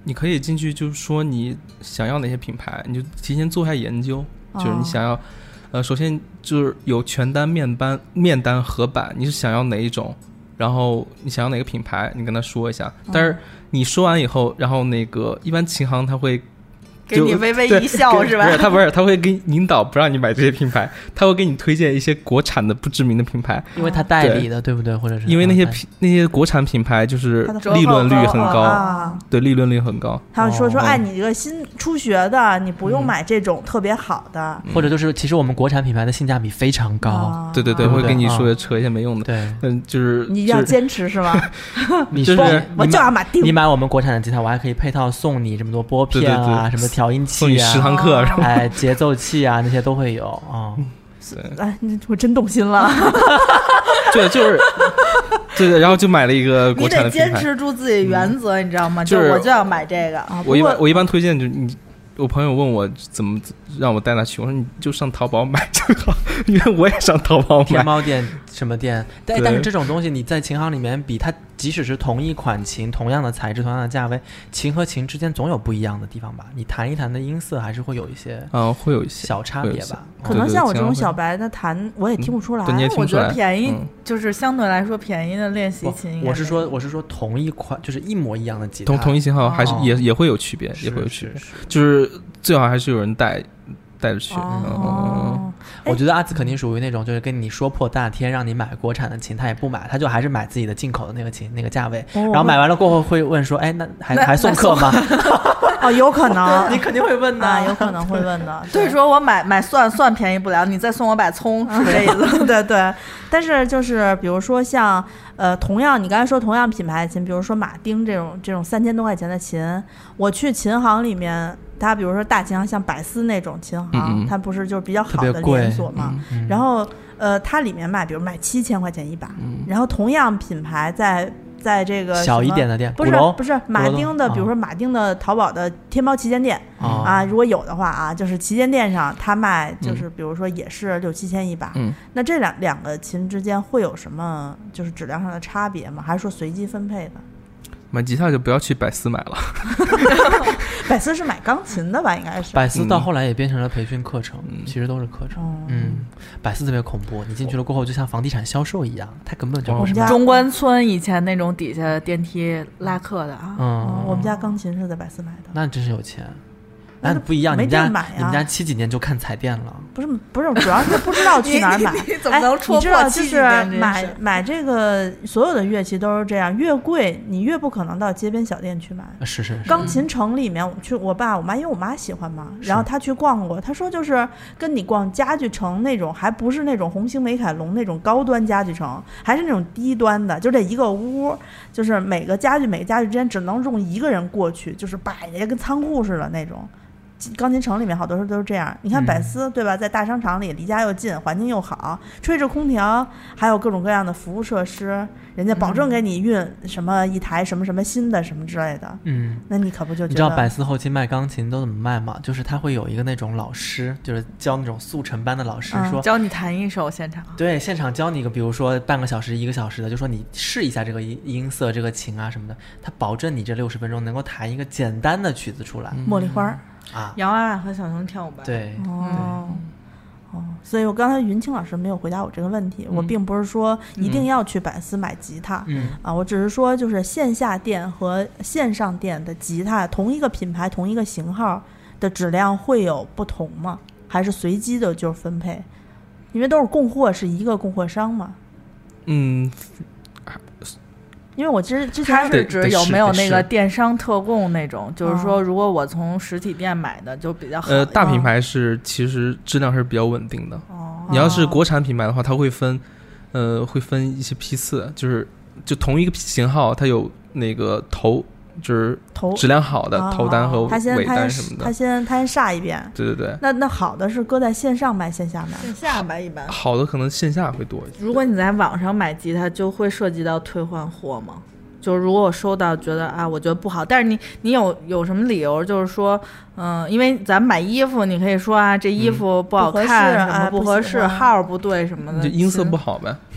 你可以进去，就是说你想要哪些品牌，你就提前做一下研究，哦、就是你想要，呃，首先就是有全单、面单、面单合版，你是想要哪一种，然后你想要哪个品牌，你跟他说一下。但是你说完以后，然后那个一般琴行他会。 给你微微一笑是吧？ 不是，他不是，他会给你引导不让你买这些品牌，他会给你推荐一些国产的不知名的品牌， 因为他代理的， 对, 对不对？或者是因为那些那些国产品牌就是利润率很高， 啊、 对，利润率很高。 他会说说，哎，你这个新初学的，你不用买这种特别好的， 嗯、或者就是其实我们国产品牌的性价比非常高， 啊、 对对对，会跟你说扯一些没用的， 对， 嗯，就是你要坚持是吧？ 你就是我就要买定， 你买我们国产的吉他，我还可以配套送你这么多拨片啊， 对对对什么调音器啊。 十堂课是吧？ 哎，节奏器啊，那些都会有啊。 哎，我真动心了。 对，就是对对，然后就买了一个国产的品牌。 你得坚持住自己原则，嗯、你知道吗？ 就是就我就要买这个。 啊、 我一般我一般推荐就你。我朋友问我怎么让我带他去，我说你就上淘宝买就好，因为我也上淘宝买。 天猫店什么店？但但是这种东西你在琴行里面比它，即使是同一款琴、同样的材质、同样的价位，琴和琴之间总有不一样的地方吧？你弹一弹的音色还是会有一些， 嗯，会有一些小差别吧？ 可能像我这种小白的弹，我也听不出来。 嗯、 我觉得便宜、 嗯、 就是相对来说便宜的练习琴。 我是说，我是说同一款，就是一模一样的吉他， 同同一型号还是、 哦、 也也会有区别，也会有区别， 是是是就是最好还是有人带带着去。 哦。 嗯我觉得阿紫肯定属于那种，就是跟你说破大天让你买国产的琴，他也不买，他就还是买自己的进口的那个琴，那个价位。哦、然后买完了过后会问说：“哎，那还还送课吗？” 哦，有可能， 你肯定会问的、 啊，有可能会问的。 对，说我买买蒜蒜便宜不了，你再送我把葱，是这意思。 对对。但是就是比如说像呃，同样你刚才说同样品牌的琴，比如说马丁这种这种三千多块钱的琴，我去琴行里面。它比如说大琴行，像百思那种琴行， 嗯、 它不是就是比较好的连锁嘛？ 嗯、 然后呃，它里面卖，比如卖七千块钱一把， 嗯、 然后同样品牌在在这个小一点的店， 不是不是马丁的，比如说马丁的淘宝的天猫旗舰店、 哦、 啊，如果有的话啊，就是旗舰店上它卖就是比如说也是六七千一把， 嗯， 那这两两个琴之间会有什么就是质量上的差别吗？还是说随机分配的？ 买吉他就不要去百思买了。 百思是买钢琴的吧？应该是。 百思到后来也变成了培训课程， 嗯、 其实都是课程。 嗯, 嗯，百思特别恐怖，你进去了过后就像房地产销售一样，它根本就不是。 中关村以前那种底下电梯拉客的啊。 嗯， 我们家钢琴是在百思买的。 那真是有钱。那不一样，你们家你们家七几年就看彩电了？ 不是不是，主要是不知道去哪儿买。 你, 你, 你怎么能戳破七几年？就是买买这个所有的乐器都是这样，越贵你越不可能到街边小店去买。 是是是。 钢琴城里面，我去我爸我妈，因为我妈喜欢嘛，然后他去逛过，他说就是跟你逛家具城那种，还不是那种红星美凯龙那种高端家具城，还是那种低端的，就这一个屋，就是每个家具每个家具之间只能容一个人过去，就是摆的跟仓库似的那种。钢琴城里面好多时候都是这样，你看百思、嗯、对吧，在大商场里离家又近，环境又好，吹着空调，还有各种各样的服务设施，人家保证给你运什么一台什么什么新的什么之类的。 嗯， 那你可不就觉得？ 你知道百思后期卖钢琴都怎么卖吗？就是他会有一个那种老师，就是教那种速成班的老师说、 嗯、教你弹一首现场。 对，现场教你一个，比如说半个小时一个小时的，就说你试一下这个音色这个琴啊什么的，他保证你这六十分钟能够弹一个简单的曲子出来。 茉莉花啊， 洋娃娃和小熊跳舞班。 对， 哦，哦，所以我刚才云清老师没有回答我这个问题，嗯、我并不是说一定要去百思买吉他， 嗯啊，我只是说就是线下店和线上店的吉他，同一个品牌、同一个型号的质量会有不同吗？还是随机的就是分配？因为都是供货，是一个供货商嘛。 嗯。 因为我之之前是指有没有那个电商特供那种，就是说如果我从实体店买的就比较好。 呃，大品牌是其实质量是比较稳定的。 哦， 你要是国产品牌的话，它会分，呃，会分一些批次，就是就同一个型号，它有那个头。就是质量好的头单和尾单什么的， 他先他先煞一遍。 对对对。 那那好的是搁在线上卖，线下卖。 线下卖一般。 好的可能线下会多一些。 如果你在网上买吉他，就会涉及到退换货吗？就是如果我收到觉得啊，我觉得不好，但是你你有有什么理由？就是说，嗯、呃，因为咱们买衣服，你可以说啊，这衣服不好看， 嗯、 什么不合适， 啊、 号不对什么的， 就音色不好呗。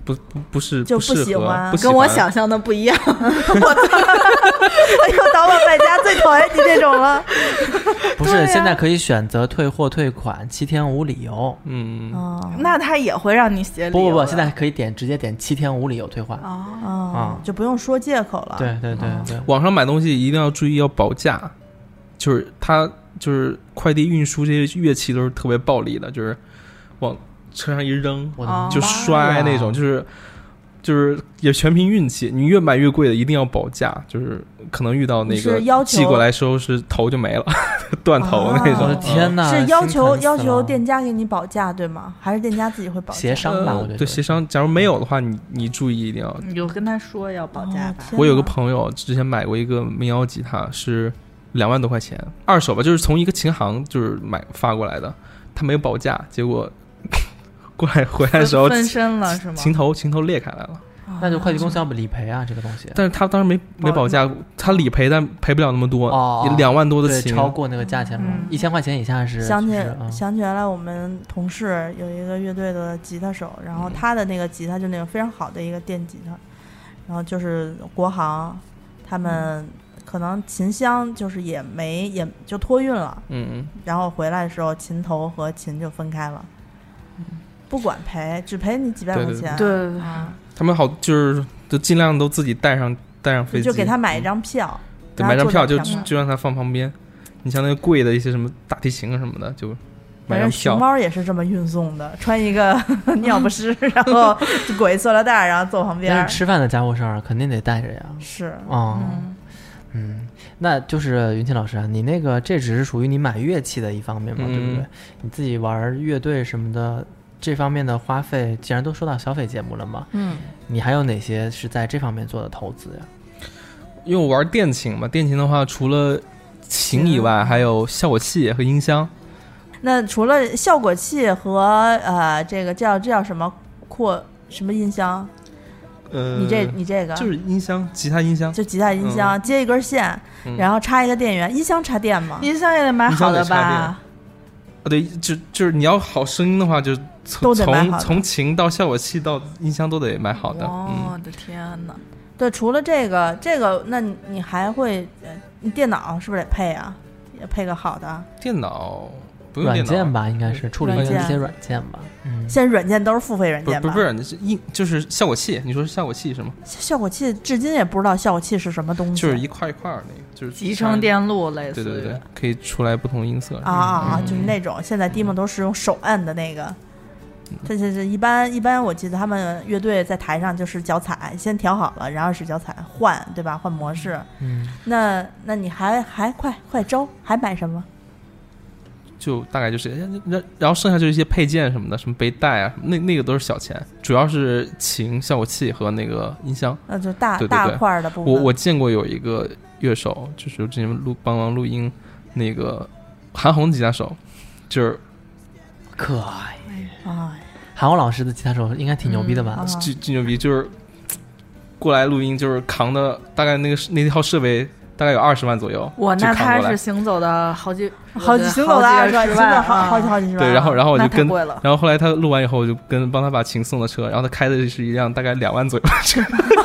不不不是就不适合， 不喜欢不喜跟我想象的不一样。 哎呦，倒碗败家最讨厌你这种了。 不是、 对啊现在可以选择退货退款，七天无理由。 嗯， 哦那他也会让你写理由的不不不，现在可以点直接点七天无理由退换。 哦， 哦啊， 就不用说借口了。 对对对哦对， 网上买东西一定要注意要保价，就是它就是快递运输这些乐器都是特别暴力的，就是往车上一扔哦我的妈就摔那种，就是就是也全凭运气。你越买越贵的一定要保价，就是可能遇到那个是要求寄过来时候是头就没了，断头那种。 我的天哪！ 是要求心疼死要求了店家给你保价对吗？还是店家自己会保价？ 协商吧， 呃我觉得对协商，假如没有的话，你你注意一定要。 你就跟他说要保价吧。 哦天我有个哪朋友之前买过一个民谣吉他，是两万多块钱，二手吧，就是从一个琴行就是买发过来的，他没有保价，结果过来回来的时候， 分身了是吗？ 琴头琴头裂开来了。 那就快递公司要不理赔啊，这个东西。 但是他当时没没保价，他理赔但赔不了那么多， 哦也两万多的对， 琴， 超过那个价钱了， 嗯一千块钱以下是。 想起是嗯想起来了，我们同事有一个乐队的吉他手，然后他的那个吉他就那种非常好的一个电吉他，然后就是国行，他们可能琴箱就是也没也就托运了， 嗯， 然后回来的时候琴头和琴就分开了，不管赔，只赔你几百块对对钱， 对对对啊， 他们好就是就尽量都自己带上带上飞机， 就给他买一张票， 对， 然后买张票就坐在上面就让他放旁边。你像那个贵的一些什么大提琴啊什么的，就买张反正熊票。 猫也是这么运送的，穿一个尿不湿，然后就裹一塑料袋，然后坐旁边但。是吃饭的家伙事儿肯定得带着呀。 是， 哦， 嗯， 嗯，那就是云清老师啊，你那个这只是属于你买乐器的一方面嘛， 嗯对不对？你自己玩乐队什么的，这方面的花费，既然都说到消费节目了嘛， 嗯， 你还有哪些是在这方面做的投资呀？ 因为我玩电琴嘛，电琴的话除了琴以外，还有效果器和音箱。 那除了效果器和呃这个叫这叫什么扩什么音箱？ 呃， 你这你这个就是音箱，吉他音箱。 就吉他音箱，接一根线， 嗯然后插一个电源，音箱插电吗？ 音箱也得买好的音箱得插电吧？ 啊，对，就就是你要好声音的话，就从都得买好的从从琴到效果器到音箱都得买好的。 我嗯， 的天哪！ 对，除了这个这个，那你你还会，呃你电脑是不是得配啊？也配个好的。 电脑不用软电脑件吧，应该是处理一软件些软件吧。嗯， 现在软件都是付费软件吧？ 不是不是不是，是音就是效果器。你说是效果器是吗？ 效果器至今也不知道效果器是什么东西。 就是一块一块儿那个，就是集成电路类似于。 对对对，可以出来不同音色啊啊啊！ 嗯就是那种现在 demo 都是用手按的那个。这这这一般一般，我记得他们乐队在台上就是脚踩，先调好了，然后是脚踩换，对吧？换模式。 嗯， 那那你还还快快周还买什么？ 就大概就是，然然后剩下就是一些配件什么的，什么背带啊，那那个都是小钱，主要是琴、效果器和那个音箱。 那就大对对对大块的部分。 我我见过有一个乐手，就是我之前录帮忙录音，那个韩红吉他手，就是可爱。 哎， 韩红老师的吉他手应该挺牛逼的吧？ 嗯啊巨巨牛逼，就是过来录音，就是扛的大概那个那套设备大概有二十万左右， 哇，那就扛过来他是行走的好几好几行走的二十万， 十万行走好啊好几好几十万啊。 对，然后然后我就那太跟， 贵了然后后来他录完以后，我就跟帮他把琴送了车，然后他开的是一辆大概两万左右的车，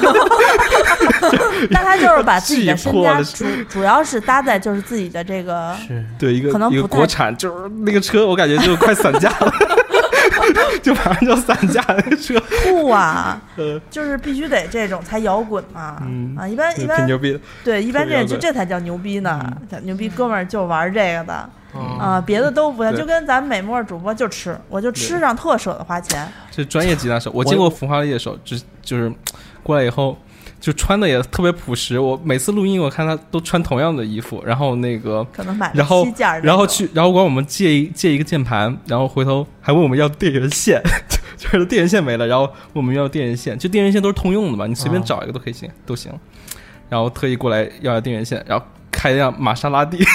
那他就是把自己的巨身家破的主主要是搭在就是自己的这个是， 对，一个一个可能不太国产，就是那个车，我感觉就快散架了，就马上就散架那个车， 酷啊， 呃， 就是必须得这种才摇滚嘛。 嗯啊，一般一挺般牛逼的。 对，一般这这特别摇滚这才叫牛逼呢，叫牛逼哥们儿就玩这个的嗯啊，别的都不要， 对就跟咱们美墨主播就吃，我就吃上特舍得花钱。 是专业吉他手，我见过浮华的乐手，就就是过来以后就穿的也特别朴实。我每次录音，我看他都穿同样的衣服，然后那个， 可能买了然后七件儿那种， 然后去，然后管我们借一借一个键盘，然后回头还问我们要电源线，就是电源线没了，然后我们要电源线，就电源线都是通用的嘛，你随便找一个都可以行，都行。然后特意过来要电源线，然后开一辆玛莎拉蒂。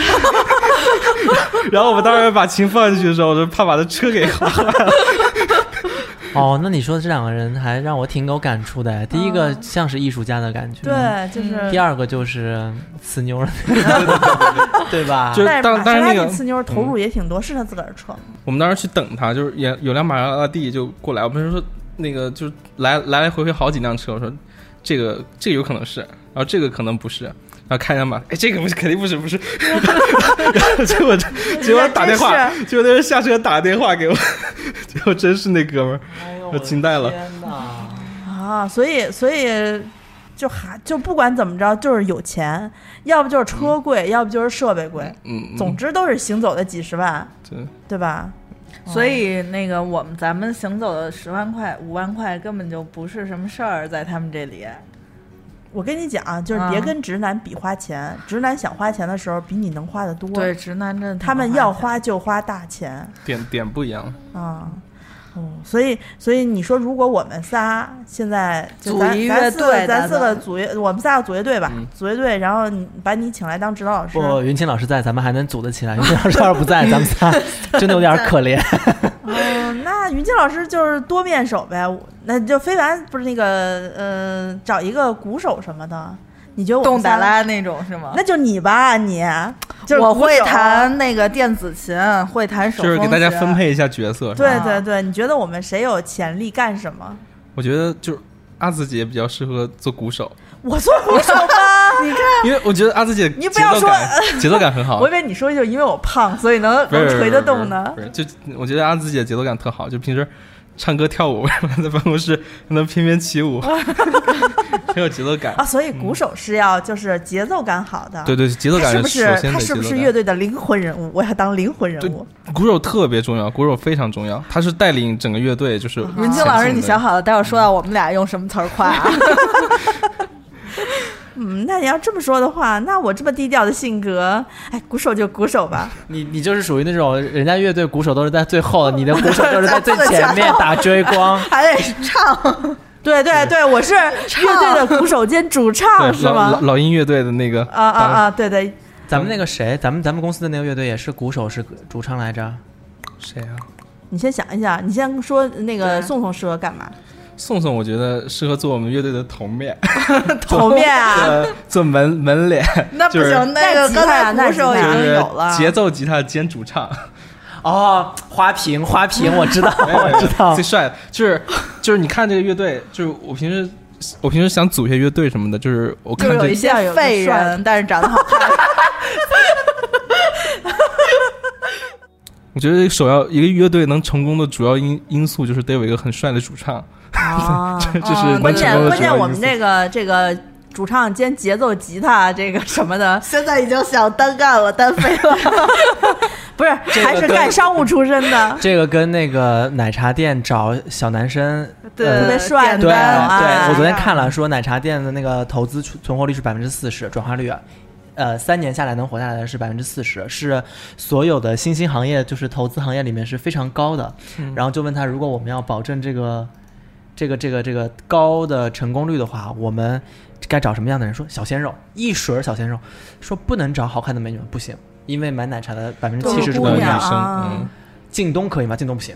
然后我们当时把琴放进去的时候，我就怕把他车给划坏了。 哦，那你说的这两个人还让我挺有感触的。第一个像是艺术家的感觉，， 对，就是第二个就是呲妞儿，对吧？ 就当但是玛莎当然那个拉蒂呲妞投入也挺多，是他自个儿车。 我们当时去等他，就是也有辆玛莎拉蒂就过来，我们说那个就来来来回回好几辆车，我说这个这个有可能是，然后这个可能不是，然后看一下嘛，哎，这个不是肯定不是不是，然后结果结果打电话，结果那人下车打电话给我，结果真是那哥们儿，我惊呆了。 天哪！ 啊，所以所以就还就不管怎么着，就是有钱，要不就是车贵，嗯、要不就是设备贵， 嗯，嗯总之都是行走的几十万， 对对吧？ 所以那个我们咱们行走的十万块、五万块根本就不是什么事儿，在他们这里。 我跟你讲，就是别跟直男比花钱，嗯、直男想花钱的时候比你能花的多。 对，直男真的他们要花就花大钱， 点点不一样啊。哦，所以所以你说，如果我们仨现在就咱组一乐队， 咱四个组乐，我们仨要组乐队吧， 嗯、 组乐队，然后你把你请来当指导老师。 不，云清老师在，咱们还能组得起来。云清老师要是不在，咱们仨真的有点可怜。 哦，那云清老师就是多面手呗，那就飞完不是那个呃，找一个鼓手什么的。你觉得我动达拉那种是吗？ 那就你吧，你就是我会弹那个电子琴，会弹手风琴， 就是给大家分配一下角色。 对对对，你觉得我们谁有潜力干什么？ 我觉得就是阿紫姐比较适合做鼓手。 我做鼓手吗？你看， 因为我觉得阿紫姐你不要说节奏感很好。 我以为你说就因为我胖，所以能能锤得动呢。 不是，就我觉得阿紫姐节奏感特好，就平时唱歌跳舞，在办公室能翩翩起舞，很有节奏感啊。所以鼓手是要就是节奏感好的。 嗯、对对，节奏感是不是？ 他是不是乐队的灵魂人物？我要当灵魂人物。 鼓手特别重要，鼓手非常重要，他是带领整个乐队。就是云清老师，你想好了，待会儿说到我们俩用什么词儿夸啊？ 嗯，那你要这么说的话，那我这么低调的性格，哎，鼓手就鼓手吧。 你你就是属于那种人家乐队鼓手都是在最后，你的鼓手就是在最前面打追光， 还得唱。 对对对，我是乐队的鼓手兼主唱，是吗？ 老, 老鹰乐队的那个啊啊啊，对对。 咱们那个谁，咱们咱们公司的那个乐队也是鼓手是主唱来着。 谁啊？ 你先想一下，你先说那个宋宋适合干嘛？ 宋宋我觉得适合做我们乐队的头面。 头面啊， 做门门脸。 那不行，那个刚才鼓手已经有了， 节奏吉他兼主唱。 哦，花瓶花瓶，我知道我知道， 最帅的就是就是你看这个乐队，就是我平时我平时想组一些乐队什么的，就是我看就有一些废人，但是长得好看。 我觉得首要一个乐队能成功的主要因因素就是得有一个很帅的主唱。 啊， 这是关键关键我们这个这个主唱兼节奏吉他这个什么的， 现在已经想单干了，单飞了。 不是，还是干商务出身的。 这个跟那个奶茶店找小男生， 对，特别帅。 对对，我昨天看了，说奶茶店的那个投资存活率是百分之四十，转化率。呃，三年下来能活下来的是百分之四十，是所有的新兴行业，就是投资行业里面是非常高的。嗯、然后就问他，如果我们要保证这个、这个、这个、这个高的成功率的话，我们该找什么样的人？说小鲜肉，一水小鲜肉。说不能找好看的美女，不行，因为买奶茶的百分之七十是姑娘。 女生。 嗯，靳东可以吗？靳东不行。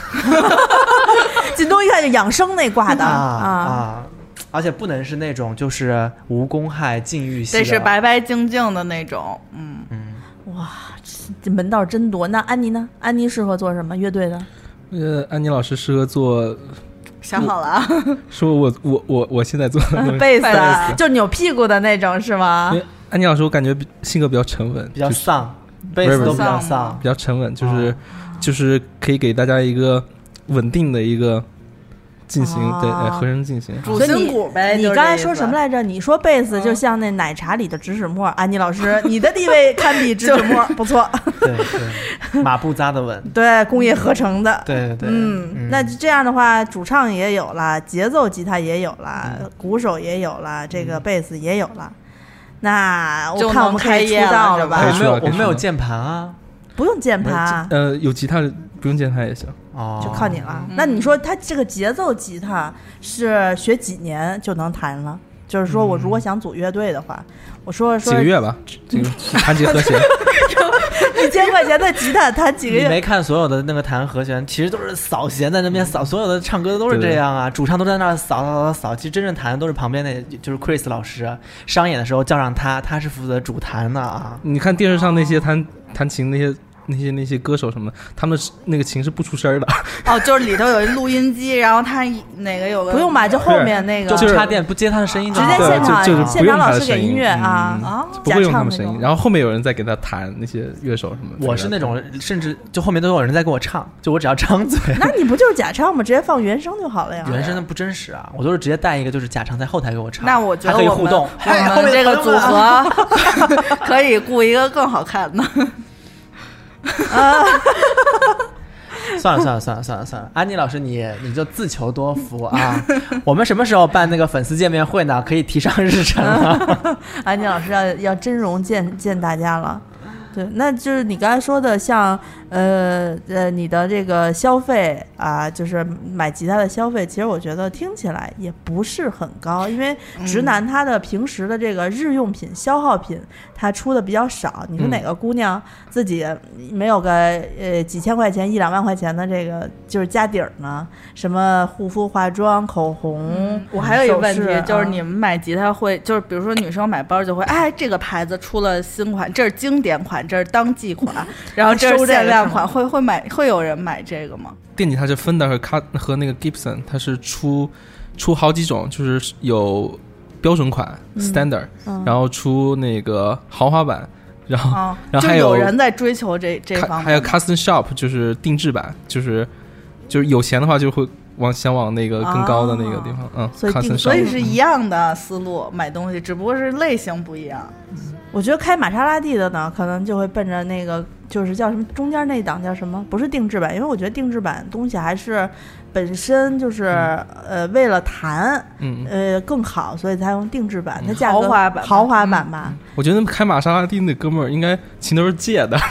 靳东一看就养生那挂的啊啊。而且不能是那种就是无公害禁欲系的， 得是白白净净的那种。嗯嗯，哇，这门道真多。那安妮呢？安妮适合做什么？乐队的？ 呃，安妮老师适合做， 想好了啊。 说我我我我现在做的贝斯，就扭屁股的那种是吗？ 安妮老师我感觉性格比较沉稳， 比较丧，贝斯都比较丧， 比较沉稳，就是就是可以给大家一个稳定的一个。进行对，哎，和声进行主心骨呗。 你刚才说什么来着？你说贝斯就像那奶茶里的芝士沫。安妮老师，你的地位堪比芝士沫，不错。 对对，马步扎的稳。 对，工业合成的。 对对对。 嗯，那这样的话，主唱也有了，节奏吉他也有了，鼓手也有了，这个贝斯也有了。那我看我们可以出道了吧？ 我们有我们有键盘啊， 不用键盘。 呃，有吉他不用键盘也行。 哦， 就靠你了。嗯、那你说他这个节奏吉他是学几年就能弹了？就是说我如果想组乐队的话，嗯、我说说几个月吧，这个弹几和弦， 一千块钱的吉他弹几个月。 你没看所有的那个弹和弦，其实都是扫弦在那边扫，所有的唱歌都是这样啊，主唱都在那儿扫扫扫扫。其实真正弹的都是旁边那，就是 Chris 老师商演的时候叫上他，他是负责主弹的啊。 你看电视上那些弹弹琴那些。 那些那些歌手什么的，他们的那个琴是不出声的。 哦，就是里头有一录音机，然后他哪个有个不用吧，就后面那个就插电不接他的声音， 直接现场就就是现场老师给音乐啊啊， 不会用他们声音，然后后面有人在给他弹那些乐手什么的。 我是那种甚至就后面都有人在给我唱，就我只要张嘴。 那你不就是假唱吗？直接放原声就好了呀。 原声的不真实啊，我都是直接带一个就是假唱在后台给我唱。 那我觉得还可以互动， 我们这个组合可以雇一个更好看的。 啊， 算了算了算了算了算了，安妮老师你你就自求多福啊！我们什么时候办那个粉丝见面会呢？可以提上日程了。 安妮老师要要真容见见大家了。对，那就是你刚才说的像呃呃你的这个消费啊，就是买吉他的消费，其实我觉得听起来也不是很高，因为直男他的平时的这个日用品、消耗品他出的比较少。你说哪个姑娘自己没有个呃几千块钱、一两万块钱的这个就是家底儿呢？什么护肤、化妆、口红。 嗯、我还有一个问题， 啊、 就是你们买吉他会，就是比如说女生买包就会，哎，这个牌子出了新款，这是经典款。这是当季款，然后这是限量款，会会买会有人买这个吗？ 电吉他是芬达和卡和那个 Gibson， 它是出出好几种，就是有标准款、嗯、standard，、嗯、然后出那个豪华版，然后、哦、然后还有就有人在追求这这方面， 还有 custom shop， 就是定制版，就是就是有钱的话就会往想往那个更高的那个地方， 哦、 嗯， 所以所以是一样的思路、嗯、买东西，只不过是类型不一样。 我觉得开玛莎拉蒂的呢，可能就会奔着那个就是叫什么中间那档叫什么，不是定制版，因为我觉得定制版东西还是本身就是、嗯、呃为了弹嗯呃更好，所以才用定制版，它价格豪华版豪华版吧、 嗯。我觉得开玛莎拉蒂那哥们儿应该琴都是借的。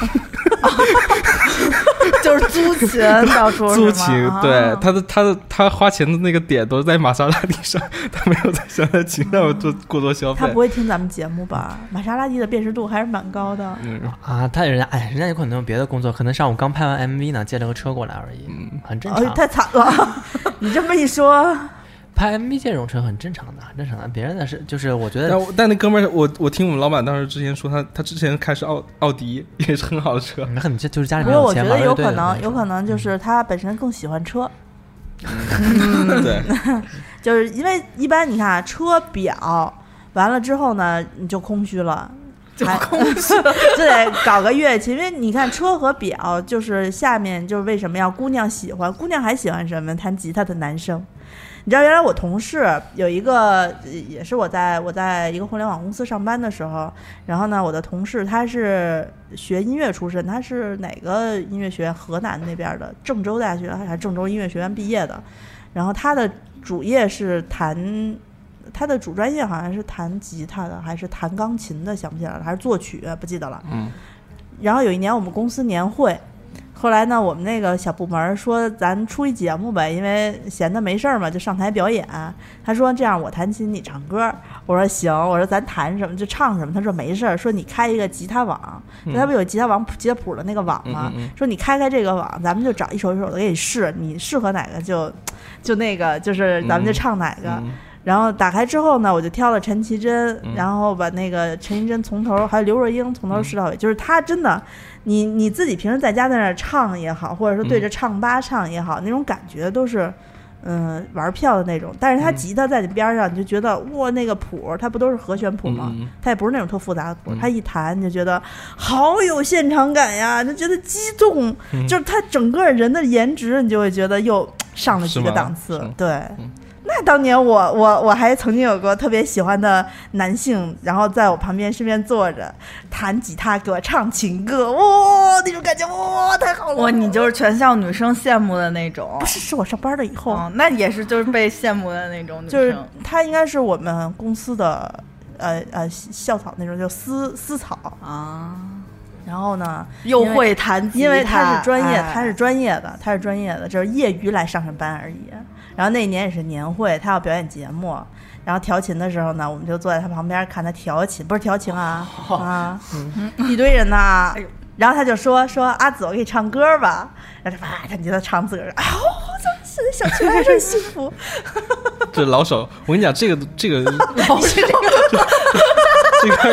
就是租琴到处租琴，对、 啊、 他的他的他花钱的那个点都在玛莎拉蒂上，他没有在想在琴上做过多消费。 他不会听咱们节目吧？玛莎拉蒂的辨识度还是蛮高的。 嗯啊，他人家哎，人家有可能有别的工作，可能上午刚拍完 M V 呢，借了个车过来而已，嗯，很正常。 哦、太惨了，你这么一说。 拍 M V 借这种车很正常的，很正常的。别人的是就是我觉得， 但但那哥们儿，我我听我们老板当时之前说他，他之前开是奥奥迪，也是很好的车。 那很就是家里面有钱。不过我觉得有可能，有可能就是他本身更喜欢车。 嗯，对， 就是因为一般你看啊，车表完了之后呢，你就空虚了。 就空虚就得搞个乐器，因为你看车和表，就是下面就是为什么要姑娘喜欢，姑娘还喜欢什么？弹吉他的男生。你知道原来我同事有一个，也是我在我在一个互联网公司上班的时候，然后呢，我的同事他是学音乐出身，他是哪个音乐学院？河南那边的郑州大学还是郑州音乐学院毕业的，然后他的主业是弹，他的主专业好像是弹吉他的，还是弹钢琴的，想不起来了，还是作曲，不记得了。 嗯。 然后有一年我们公司年会。后来呢，我们那个小部门说咱出一节目呗，因为闲的没事嘛，就上台表演。他说这样，我弹琴你唱歌。我说行，我说咱弹什么就唱什么。他说没事，说你开一个吉他网，嗯、他不有吉他网吉他谱的那个网吗？ 嗯嗯嗯说你开开这个网，咱们就找一首一首的给你试，你适合哪个就就那个就是咱们就唱哪个。 嗯嗯然后打开之后呢，我就挑了陈绮贞， 嗯、 然后把那个陈绮贞从头，还有刘若英从头试到尾，嗯、就是她真的，你你自己平时在家在那儿唱也好，或者说对着唱吧唱也好，嗯、那种感觉都是，嗯、呃，玩票的那种。但是她吉他在你边上，你就觉得哇，那个谱，它不都是和弦谱吗？ 嗯、 它也不是那种特复杂的谱， 嗯、 它一弹你就觉得好有现场感呀，就觉得激动， 嗯、 就是他整个人的颜值，你就会觉得又上了几个档次，对。嗯那当年我我我还曾经有过特别喜欢的男性，然后在我旁边身边坐着弹吉他给我唱情歌，哇、哦，那种感觉哇太好了！ 哇，你就是全校女生羡慕的那种。 不是，是我上班了以后， 哦、那也是就是被羡慕的那种女生。 就是他应该是我们公司的呃呃校草那种，就私私草啊。 然后呢， 又会弹吉他， 因为他是专业， 哎、 他是专业的，他是专业的，就是业余来上上班而已。然后那一年也是年会，他要表演节目，然后调琴的时候呢，我们就坐在他旁边看他调琴，不是调琴啊、哦、啊、嗯，一堆人呐。然后他就说说阿紫，我给你唱歌吧。然后他啪，他觉得唱自个儿，哎呦，怎么小曲还是幸福。 这老手，我跟你讲，这个这个老手， 这个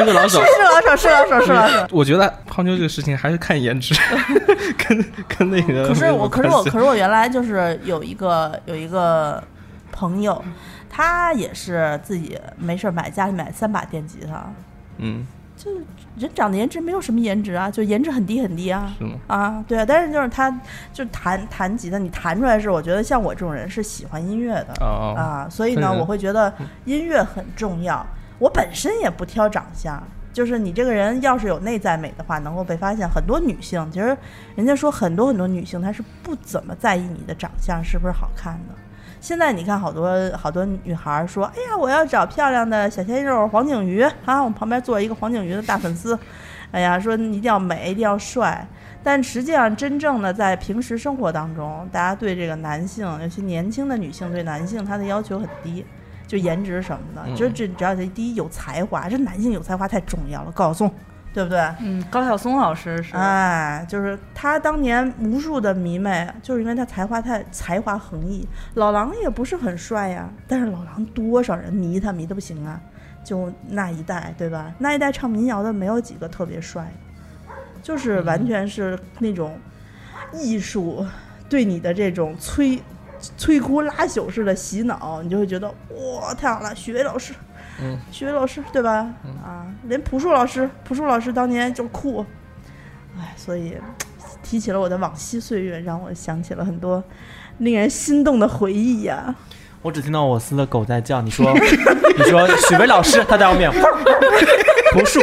是老手， 是老手，是老手，是老手。 我觉得泡妞这个事情还是看颜值，跟跟那个。 可是我，可是我，可是我原来就是有一个有一个朋友，他也是自己没事买家里买三把电吉他， 嗯， 就人长得颜值没有什么颜值啊，就颜值很低很低啊， 是吗？ 啊，对啊，但是就是他就弹弹吉他，你弹出来是我觉得像我这种人是喜欢音乐的、 哦、 啊，所以呢，我会觉得音乐很重要。我本身也不挑长相。就是你这个人要是有内在美的话，能够被发现。很多女性其实人家说很多很多女性她是不怎么在意你的长相是不是好看的。现在你看好多好多女孩说，哎呀，我要找漂亮的小鲜肉黄景瑜啊，我旁边坐一个黄景瑜的大粉丝，哎呀，说你一定要美，一定要帅。但实际上真正的在平时生活当中，大家对这个男性，尤其年轻的女性对男性她的要求很低，就颜值什么的，就是这只要第一有才华，这男性有才华太重要了，高晓松，对不对？ 嗯，高晓松老师是， 哎，就是他当年无数的迷妹，就是因为他才华太才华横溢。老狼也不是很帅呀，但是老狼多少人迷他迷得不行啊，就那一代，对吧？那一代唱民谣的没有几个特别帅的，就是完全是那种艺术对你的这种催。摧枯拉朽式的洗脑，你就会觉得哇太好了，许巍老师，嗯，许巍老师对吧？嗯、啊，连朴树老师，朴树老师当年就酷，哎，所以提起了我的往昔岁月，让我想起了很多令人心动的回忆呀、啊。 我只听到我司的狗在叫，你说，你说许巍老师他在后面，朴树。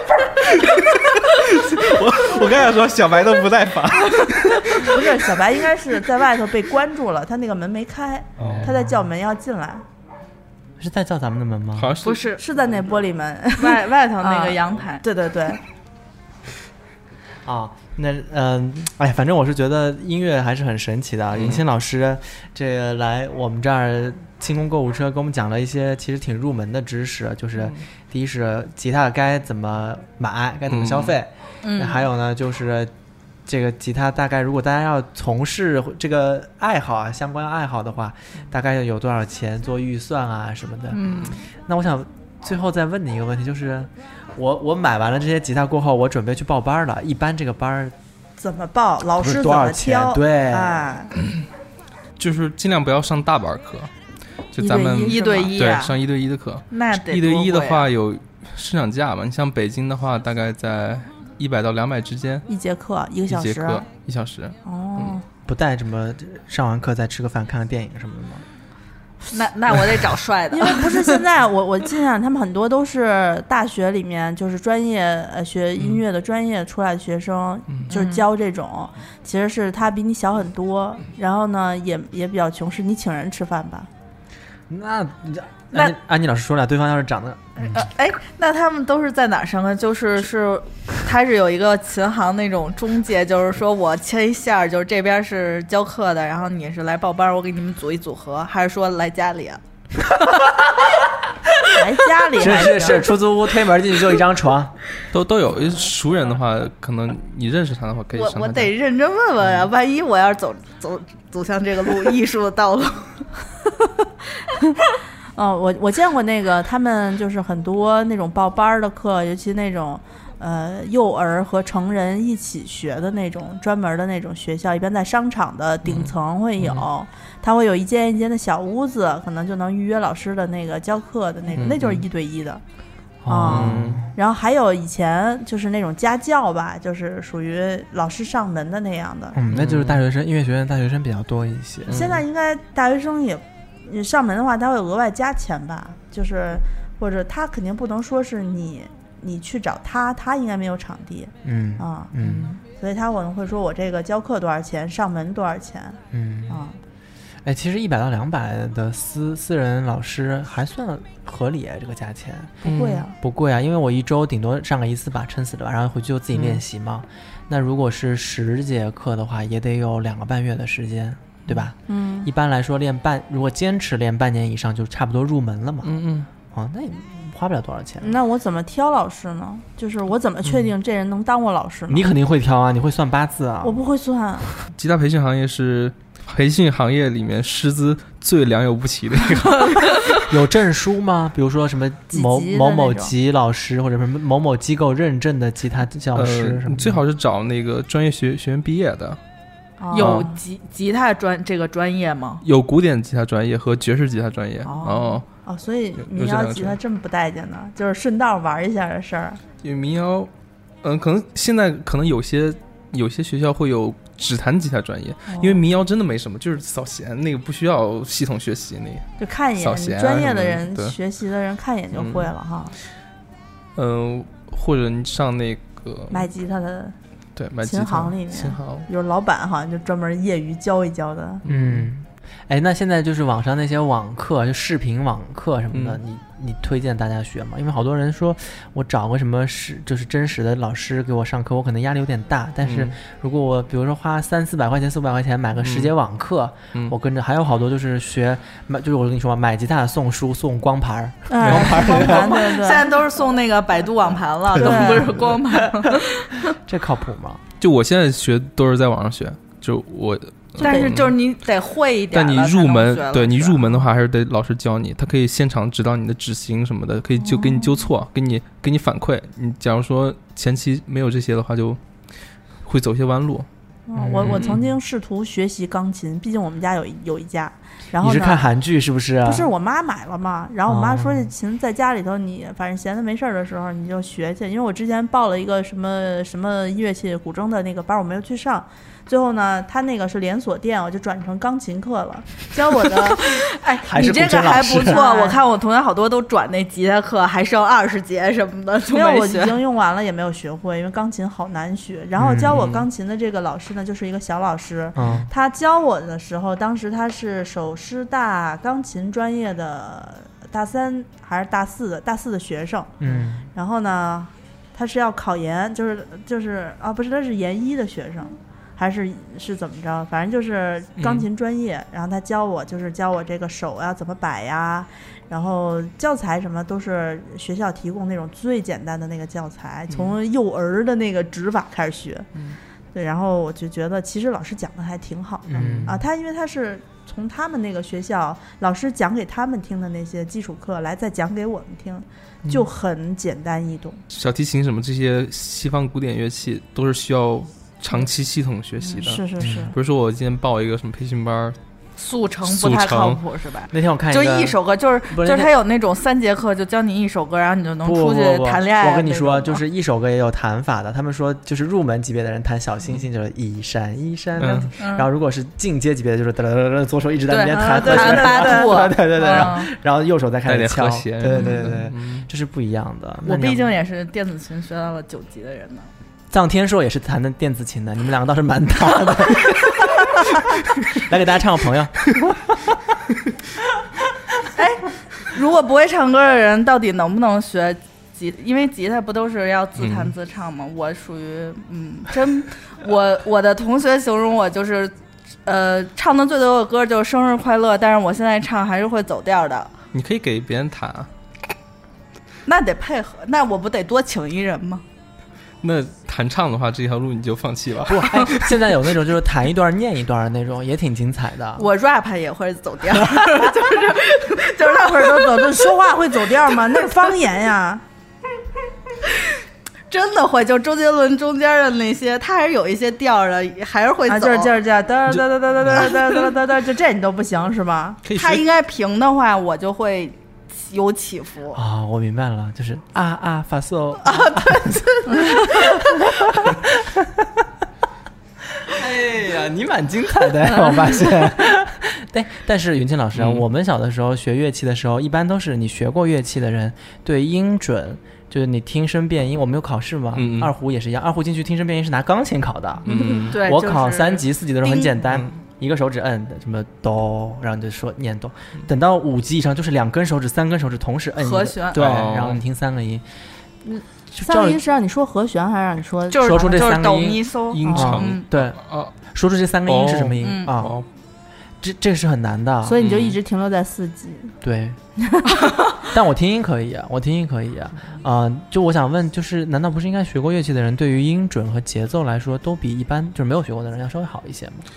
我我刚才说小白都不在法， 不是小白应该是在外头被关住了，他那个门没开，哦、他在叫门要进来， 是在叫咱们的门吗？ 好像是不是是在那玻璃门外外头那个阳台、 啊，对对对。 啊，那嗯、呃，哎，反正我是觉得音乐还是很神奇的。云清老师这个来我们这儿清空购物车，跟我们讲了一些其实挺入门的知识，就是第一是吉他该怎么买，该怎么消费，嗯，还有呢就是这个吉他大概如果大家要从事这个爱好啊，相关爱好的话，大概有多少钱做预算啊什么的。嗯，那我想最后再问你一个问题，就是我我买完了这些吉他过后，我准备去报班了，一般这个班怎么报？老师怎么挑？ 对， 哎， 就是尽量不要上大班课，就咱们一对一、 啊、对上一对一的课。 那得一对一的话有市场价嘛？你像北京的话，大概在一百到两百之间， 一节课一个小时， 一节课一小时。 哦、嗯， 不带什么上完课再吃个饭、看个电影什么的吗？ 那那我得找帅的， 因为不是现在我我印象他们很多都是大学里面就是专业呃学音乐的专业出来的学生，嗯、就是教这种，嗯、其实是他比你小很多，然后呢也也比较穷，是你请人吃饭吧？ 那那安, 安妮老师说了，对方要是长得， 哎、嗯，那他们都是在哪儿上课？就是是，他是有一个琴行那种中介，就是说我牵一线，就是这边是教课的，然后你是来报班，我给你们组一组合，还是说来家里啊？ 来家里是是是，出租屋推门进去就一张床， 都都有。熟人的话，可能你认识他的话，可以上他。 我我得认真问问啊，万一我要是走走走向这个路艺术的道路。 哦，我我见过那个他们就是很多那种报班的课，尤其那种呃幼儿和成人一起学的那种专门的那种学校，一般在商场的顶层会有，嗯、它会有一间一间的小屋子，可能就能预约老师的那个教课的那种，嗯、那就是一对一的。啊、嗯，然后还有以前就是那种家教吧，就是属于老师上门的那样的。 嗯，那就是大学生，音乐学院大学生比较多一些。 现在应该大学生也。你上门的话他会额外加钱吧，就是或者他肯定不能说是你你去找他，他应该没有场地， 嗯啊嗯， 所以他可能会说我这个教课多少钱，上门多少钱， 嗯啊， 哎，其实一百到两百的私私人老师还算合理啊，这个价钱不贵啊、 嗯，不贵啊，因为我一周顶多上个一次吧，撑死了吧，然后回去就自己练习嘛。嗯、那如果是十节课的话，也得有两个半月的时间。对吧？ 嗯， 一般来说练半，如果坚持练半年以上，就差不多入门了嘛。 嗯嗯， 哦，那也花不了多少钱。 那我怎么挑老师呢？就是我怎么确定这人能当我老师呢？ 嗯、你肯定会挑啊，你会算八字啊？ 我不会算。 吉他培训行业是培训行业里面师资最良莠不齐的一个。 有证书吗？比如说什么某几级的某某那种级老师，或者什么某某机构认证的吉他教师什么的、 呃、你最好是找那个专业学学院毕业的。 哦有吉吉他专这个专业吗？ 有古典吉他专业和爵士吉他专业。 哦哦哦，所以有民谣吉他这么不待见呢，就是顺道玩一下的事儿。 因为民谣，嗯、呃，可能现在可能有些有些学校会有只弹吉他专业， 哦、 因为民谣真的没什么，就是扫弦，那个不需要系统学习，那个就看一眼， 啊、 专业的人学习的人看一眼就会了、嗯、哈。 嗯、呃，或者你上那个卖吉他的。 对，买琴行里面， 琴行有老板好像就专门业余教一教的。 嗯，哎，那现在就是网上那些网课，就视频网课什么的，嗯、你你推荐大家学吗？因为好多人说我找个什么是就是真实的老师给我上课，我可能压力有点大。但是如果我比如说花三四百块钱、四五百块钱买个十节网课，嗯、我跟着还有好多就是学买，就是我跟你说买吉他送书送光盘， 嗯、 光盘光盘对对， 现在都是送那个百度网盘了，都不是光盘。 这靠谱吗？ 就我现在学都是在网上学，就我。 但是就是你得会一点， 但你入门，对你入门的话，还是得老师教你，他可以现场指导你的指型什么的，可以就给你纠错，哦、给你给你反馈。你假如说前期没有这些的话，就会走一些弯路。 哦、我我曾经试图学习钢琴，毕竟我们家有有一架。然后你是看韩剧是不是、啊？ 不是，我妈买了嘛。然后我妈说这琴在家里头，你反正闲的没事的时候你就学去。因为我之前报了一个什么什么乐器古筝的那个班，我没有去上。最后呢，他那个是连锁店，我就转成钢琴课了，教我的。 哎，你这个还不错，我看我同学好多都转那吉他课，还剩二十节什么的， 没有，我已经用完了，也没有学会，因为钢琴好难学。然后教我钢琴的这个老师呢，就是一个小老师， 嗯、 他教我的时候，当时他是首师大钢琴专业的大三还是大四的大四的学生， 嗯， 然后呢，他是要考研，就是就是啊，不是，他是研一的学生。还是是怎么着，反正就是钢琴专业、嗯、然后他教我就是教我这个手呀怎么摆呀，然后教材什么都是学校提供那种最简单的那个教材，从幼儿的那个指法开始学、嗯、对，然后我就觉得其实老师讲的还挺好的、嗯、啊，他因为他是从他们那个学校老师讲给他们听的那些基础课来再讲给我们听，就很简单易懂、嗯、 小提琴什么这些西方古典乐器都是需要长期系统学习的、 嗯、是是是， 比如说我今天报一个什么培训班， 速成不太靠谱是吧？ 那天我看一个就一首歌，就是就是他有那种三节课就教你一首歌，然后你就能出去谈恋爱。 不不不不我跟你说，就是一首歌也有弹法的。他们说就是入门级别的人弹小星星就是一闪一闪的、嗯，然后如果是进阶级别的就是哒哒哒哒，左手一直在那边弹和弦，八度， 对对对对，然后然后右手再开始敲， 和弦， 对对对对，这是不一样的。 我毕竟也是电子琴学到了九级的人呢。 臧天朔也是弹的电子琴的，你们两个倒是蛮搭的。来给大家唱个朋友。 哎，如果不会唱歌的人，到底能不能学吉？因为吉他不都是要自弹自唱吗？嗯、我属于嗯，真我我的同学形容我就是，呃，唱的最多的歌就是《生日快乐》，但是我现在唱还是会走调的。 你可以给别人弹啊。 那得配合，那我不得多请一人吗？ 那弹唱的话，这条路你就放弃了。 不，哎，现在有那种就是弹一段念一段的那种，也挺精彩的。 我 rap 也会走调，就是就是那会儿都走，就说话会走调吗？那是方言呀。 真的会，就周杰伦中间的那些，他还是有一些调的，还是会走。 啊，就是就是这样，哒哒哒哒哒哒哒哒哒哒，就这你都不行是吧？ 他应该平的话，我就会。有起伏啊、哦，我明白了，就是啊啊发嗦啊，对。 哎呀，你蛮精彩的，我发现。对，但是云清老师啊、嗯，我们小的时候学乐器的时候，一般都是你学过乐器的人对音准，就是你听声辨音。我们有考试嘛、嗯，二胡也是一样，二胡进去听声辨音是拿钢琴考的。 嗯，对。 我考三级、四级的时候很简单。嗯，一个手指摁的什么哆，然后你就说念哆，等到五级以上就是两根手指、三根手指同时摁和弦， 对、 哦， 然后你听三个音。 嗯，三个音是让你说和弦，还是让你说就是说出这三个音？ 音程、 嗯、 对、哦，说出这三个音是什么音、 哦、 啊？ 哦， 这这是很难的， 所以你就一直停留在四级。 嗯、对，但我听音可以啊，我听音可以啊。啊、呃，就我想问，就是难道不是应该学过乐器的人，对于音准和节奏来说，都比一般就是没有学过的人要稍微好一些吗？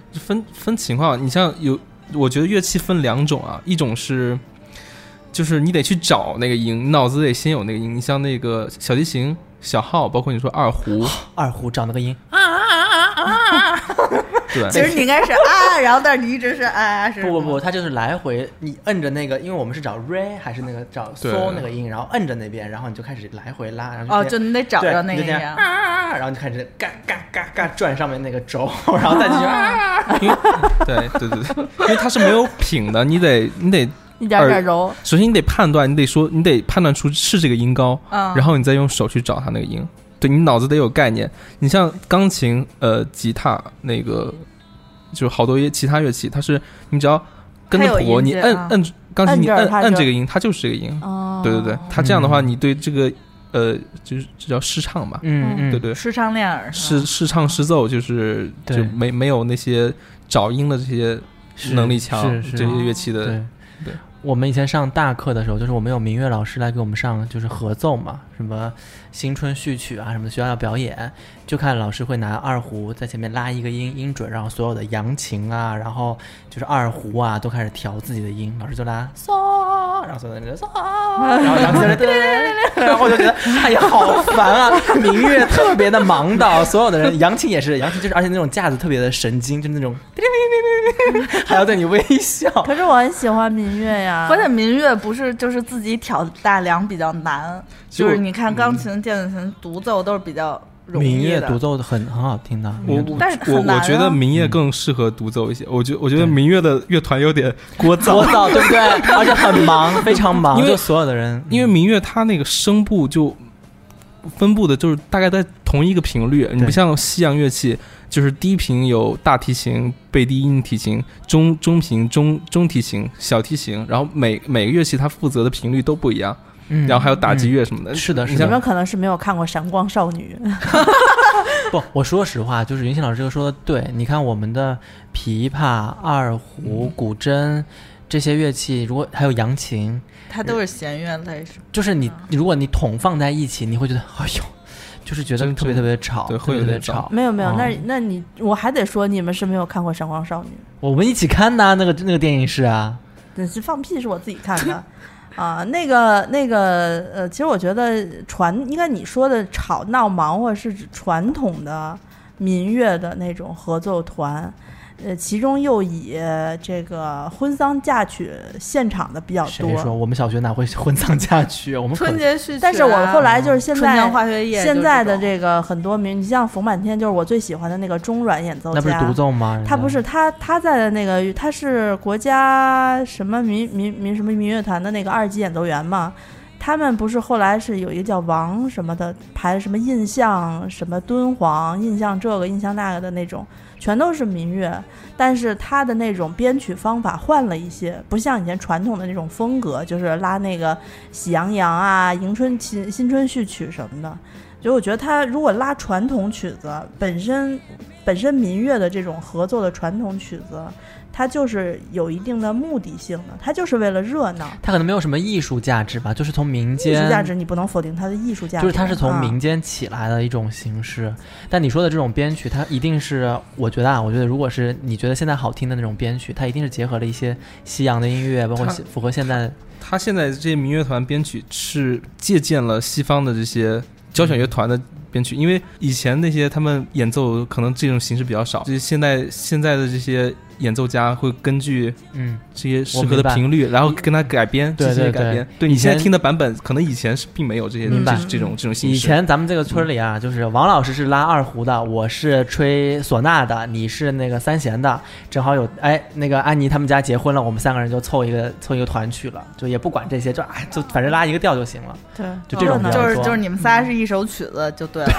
分分情况，你像有，我觉得乐器分两种啊，一种是就是你得去找那个音，你脑子得先有那个音。你像那个小提琴、小号，包括你说二胡， 二胡找那个音啊啊啊啊啊！ 对， 其实你应该是啊，然后但是你一直是啊，是不不不，它就是来回，你摁着那个，因为我们是找 re 还是那个找 so 那个音，然后摁着那边，然后你就开始来回拉，然后哦，就你得找着那个音啊，然后就开始嘎嘎嘎嘎转上面那个轴，然后再继续啊， 因为对对对对，因为它是没有品的，你得你得一点点揉。 首先你得判断，你得说，你得判断出是这个音高， 嗯、 然后你再用手去找它那个音。对，你脑子得有概念。你像钢琴、呃，吉他那个。就是好多其他乐器，它是你只要跟着谱，你摁摁钢琴，你摁摁这个音，它就是这个音。 哦， 对对对，它这样的话，你对这个呃，就是这叫失唱吧？ 嗯嗯， 对对， 失唱练耳， 失失唱失奏，就是就没没有那些找音的这些能力强，这些乐器的。 对对，我们以前上大课的时候，就是我们有民乐老师来给我们上，就是合奏嘛，什么新春序曲啊什么的，学校要表演，就看老师会拿二胡在前面拉一个音音准，然后所有的扬琴啊，然后就是二胡啊都开始调自己的音，老师就拉嗦，然后所有的人就嗦，然后扬琴对对对，然后我就觉得哎呀好烦啊，民乐特别的忙到所有的人，扬琴也是，扬琴就是而且那种架子特别的神经，就那种还要对你微笑。 可是我很喜欢民乐呀， 关键民乐不是就是自己挑大梁比较难，就是你看钢琴、电子琴独奏都是比较容易的。 民乐独奏很很好听的， 我但是我我觉得民乐更适合独奏一些。我觉我觉得民乐的乐团有点聒噪， 聒噪对不对？而且很忙，非常忙，因为所有的人， 因为民乐它那个声部就分布的就是大概在同一个频率，你不像西洋乐器。就是低频有大提琴、贝低音提琴、中中频中中提琴、小提琴，然后每每个乐器它负责的频率都不一样，嗯、然后还有打击乐什么的。 嗯、是的，是的。 你们可能是没有看过《闪光少女》。 不，我说实话，就是云清老师这个说的对。你看我们的琵琶、二胡、古筝这些乐器，如果还有扬琴， 它都是弦乐类，是就是你如果你统放在一起，你会觉得哎呦。就是觉得特别特别吵， 对， 会特别吵。 没有没有，哦、那那你我还得说，你们是没有看过《闪光少女》。 我们一起看的、啊、那个那个电影是啊， 那是放屁，是我自己看的啊。那个那个呃，其实我觉得传应该你说的吵闹忙活是指传统的民乐的那种合奏团。呃，其中又以这个婚丧嫁娶现场的比较多。 谁说我们小学哪会婚丧嫁娶？我们春节序曲、啊。 但是我后来就是现在春江化学夜， 现在的这个很多民，你像冯满天，就是我最喜欢的那个中阮演奏家。 那不是独奏吗？ 他不是他他在的那个他是国家什么民民民什么民乐团的那个二级演奏员嘛。他们不是后来是有一个叫王什么的排什么印象什么敦煌印象这个印象那个的那种，全都是民乐，但是他的那种编曲方法换了一些，不像以前传统的那种风格，就是拉那个喜羊羊啊、迎春新新春序曲什么的。所以我觉得他如果拉传统曲子，本身本身民乐的这种合作的传统曲子。它就是有一定的目的性的，它就是为了热闹， 它可能没有什么艺术价值吧，就是从民间艺术价值你不能否定它的艺术价值， 就是它是从民间起来的一种形式、啊、但你说的这种编曲它一定是我觉得啊我觉得如果是你觉得现在好听的那种编曲，它一定是结合了一些西洋的音乐，包括符合现在它现在这些民乐团编曲是借鉴了西方的这些交响乐团的编曲，因为以前那些他们演奏可能这种形式比较少，就是现在现在的这些演奏家会根据嗯这些适合的频率，然后跟他改编， 对对对， 改编。对，你现在听的版本，可能以前是并没有这些这这种这种形式。 以前咱们这个村里啊，嗯、就是王老师是拉二胡的，我是吹唢呐的，你是那个三弦的，正好有哎那个安妮他们家结婚了，我们三个人就凑一个凑一个团去了，就也不管这些，就哎就反正拉一个调就行了。 对， 就这种比较多、 哦、就是就是你们仨是一首曲子就对了。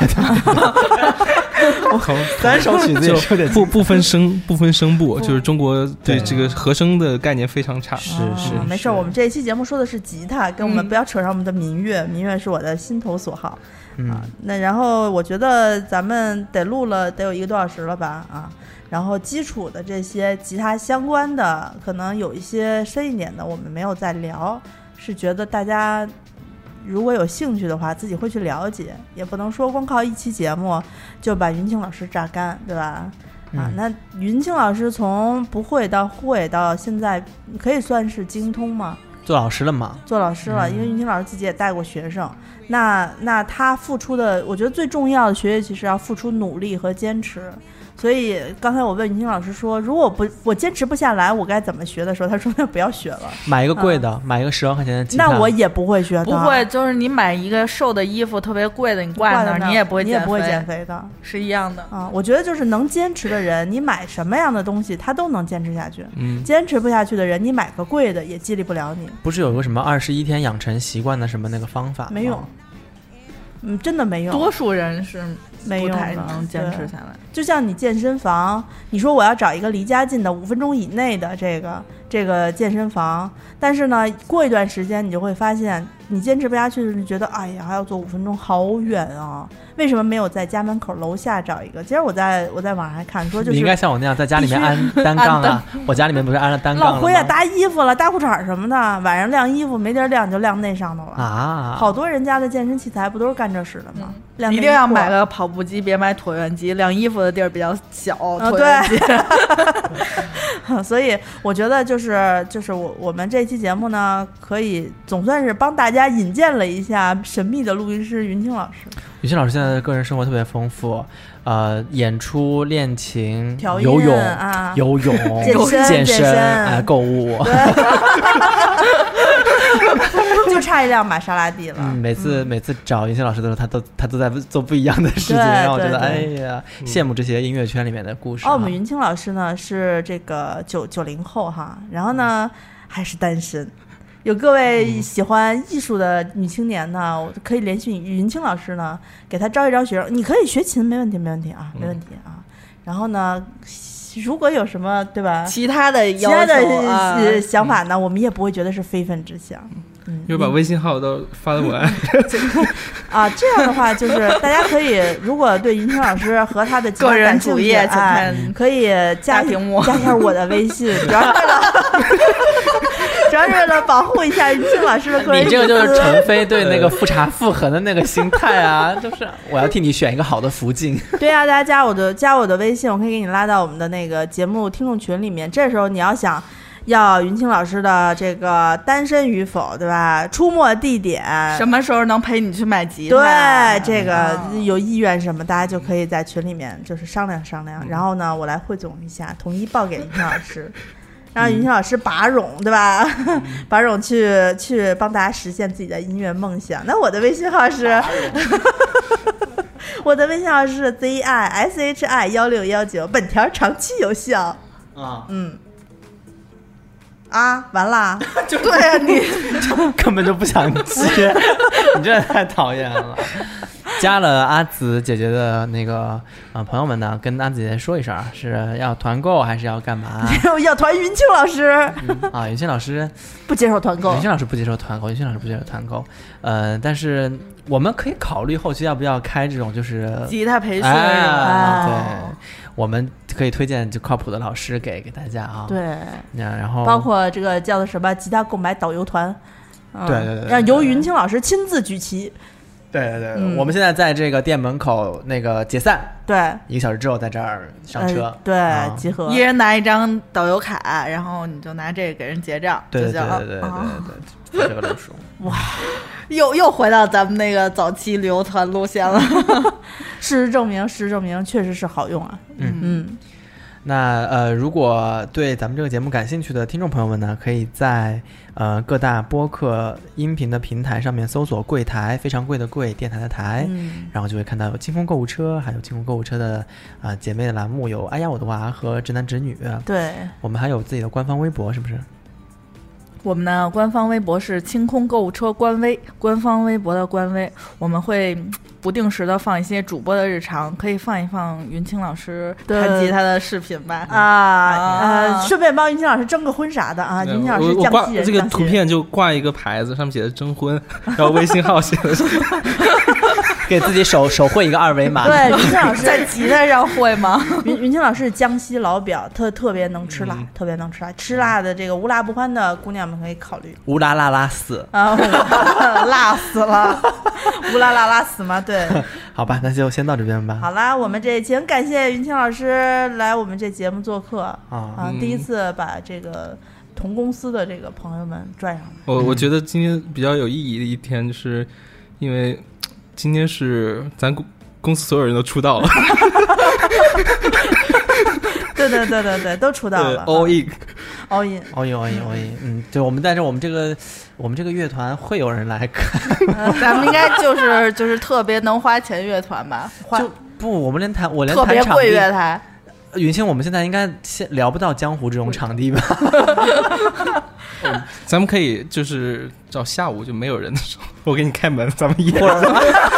三首曲子也是有点不不分声不分声部，就是中国对这个和声的概念非常差。 是是、 哦，没事，我们这一期节目说的是吉他，跟我们不要扯上我们的民乐，民乐是我的心头所好。嗯、啊，那然后我觉得咱们得录了得有一个多小时了吧啊，然后基础的这些吉他相关的，可能有一些深一点的我们没有再聊，是觉得大家如果有兴趣的话自己会去了解，也不能说光靠一期节目就把云清老师榨干，对吧？ 啊。 嗯、 那云清老师从不会到会到现在，可以算是精通吗？ 做老师了嘛？ 做老师了，嗯、因为云清老师自己也带过学生。那那他付出的，我觉得最重要的学业其实要付出努力和坚持。所以刚才我问云清老师说，如果我不我坚持不下来，我该怎么学的时候，他说那不要学了， 买一个贵的，啊、买一个十万块钱的吉他。 那我也不会学的， 不会，就是你买一个瘦的衣服特别贵的，你挂在那儿，你也不会减肥， 你也不会减肥的， 是一样的啊。我觉得就是能坚持的人，你买什么样的东西，他都能坚持下去。 嗯， 坚持不下去的人，你买个贵的也激励不了你。 不是有个什么二十一天养成习惯的什么那个方法吗？ 没用。嗯，真的没用。 多数人是没用的， 能坚持下来。 就像你健身房，你说我要找一个离家近的五分钟以内的这个这个健身房，但是呢，过一段时间你就会发现，你坚持不下去，你觉得哎呀，还要走五分钟，好远啊！为什么没有在家门口楼下找一个？今儿我在我在网上还看说，就是你应该像我那样在家里面安单杠啊。我家里面不是安了单杠了吗？ 老回来搭衣服了，搭裤衩什么的，晚上晾衣服没地儿晾就晾那上头了啊。好多人家的健身器材不都是干这事的吗？ 嗯、一定要买个跑步机，别买椭圆机，晾衣服的地儿比较小。 啊、对。所以我觉得就是就是我我们这期节目呢，可以总算是帮大家引荐了一下神秘的录音师云清老师。 云清老师现在的个人生活特别丰富，呃，演出、练琴、 游泳、 啊、 游泳、 健身、 健身、 哎，购物， 就差一辆玛莎拉蒂了。 嗯、每次、嗯、每次找云清老师的时候，他都他都在做不一样的事情，让我觉得哎呀，羡慕这些音乐圈里面的故事。 哦，我们云清老师呢是这个九九零后哈，然后呢、嗯、还是单身。有各位喜欢艺术的女青年呢，我可以联系云清老师呢，给他招一招学生。你可以学琴，没问题，没问题啊，没问题啊。嗯、然后呢，如果有什么对吧， 其他的其他的、呃、想法呢，我们也不会觉得是非分之想。 嗯，又把微信号都发了我来啊，这样的话就是大家可以，如果对云清老师和他的个人主页， 哎，可以加屏幕加一下我的微信，主要是为了主要是为了保护一下云清老师的个人。 你这个就是纯非对那个复查复合的那个心态啊，就是我要替你选一个好的福晋。 对啊，大家加我的加我的微信，我可以给你拉到我们的那个节目听众群里面。这时候你要想要云清老师的这个单身与否，对吧？出没地点， 什么时候能陪你去买吉他？ 对，这个有意愿什么，大家就可以在群里面就是商量商量。然后呢，我来汇总一下，统一报给云清老师，让云清老师把冗，对吧？把冗去去帮大家实现自己的音乐梦想。那我的微信号是。我的微信号是 Z I S H I 一六一九，本条长期有效啊， 嗯。啊，完啦！ 就对啊，你根本就不想接，你真的太讨厌了。加了阿紫姐姐的那个呃朋友们呢，跟阿紫姐姐说一声，是要团购还是要干嘛？ 要团云清老师、 嗯、啊，云清老师不接受团购， 云清老师不接受团购，云清老师不接受团购。呃，但是我们可以考虑后期要不要开这种就是吉他培训， 哎啊、 对。我们可以推荐就靠谱的老师给给大家啊， 对， 然后包括这个叫做什么吉他购买导游团， 嗯、对对 对, 对， 让由云清老师亲自举旗。 对对对、嗯，我们现在在这个店门口那个解散， 对， 一个小时之后在这儿上车， 呃、对、 啊， 集合， 一人拿一张导游卡，然后你就拿这个给人结账， 对对对对对对对，对这个路数， 哇，又又回到咱们那个早期旅游团路线了。 事实证明，事实证明确实是好用啊， 嗯嗯。 那呃，如果对咱们这个节目感兴趣的听众朋友们呢，可以在呃各大播客音频的平台上面搜索柜台，非常贵的贵，电台的台、嗯、然后就会看到有清空购物车，还有清空购物车的啊、呃、姐妹的栏目，有哎呀我的娃和直男直女。 对， 我们还有自己的官方微博，是不是？ 我们的官方微博是清空购物车官微，官方微博的官微，我们会不定时的放一些主播的日常，可以放一放云清老师弹吉他的视频吧。 啊啊，顺便帮云清老师征个婚啥的啊！云清老师降息人， 这个图片就挂一个牌子，上面写的征婚，然后微信号写的是。 给自己手手绘一个二维码。 对，云清老师在吉他上绘吗？ 云云清老师是江西老表，特特别能吃辣、嗯，特别能吃辣。吃辣的这个无辣不欢的姑娘们可以考虑。 无辣辣辣死啊，辣死了，无辣辣辣死吗？对， 好吧，那就先到这边吧。 好啦，我们这请感谢云清老师来我们这节目做客啊、 啊第一次把这个同公司的这个朋友们拽上来。 我我觉得今天比较有意义的一天，就是因为今天是咱公公司所有人都出道了。 对对对对对，都出道了 ，all in， all in， all in all in all in，嗯，对，我们但是我们这个我们这个乐团会有人来看， 咱们应该就是就是特别能花钱乐团吧？ 就不，我们连弹我连特别贵弹场地乐团。 云清，我们现在应该先聊不到江湖这种场地吧？ 咱们可以就是找下午就没有人的时候，我给你开门，咱们演。 或者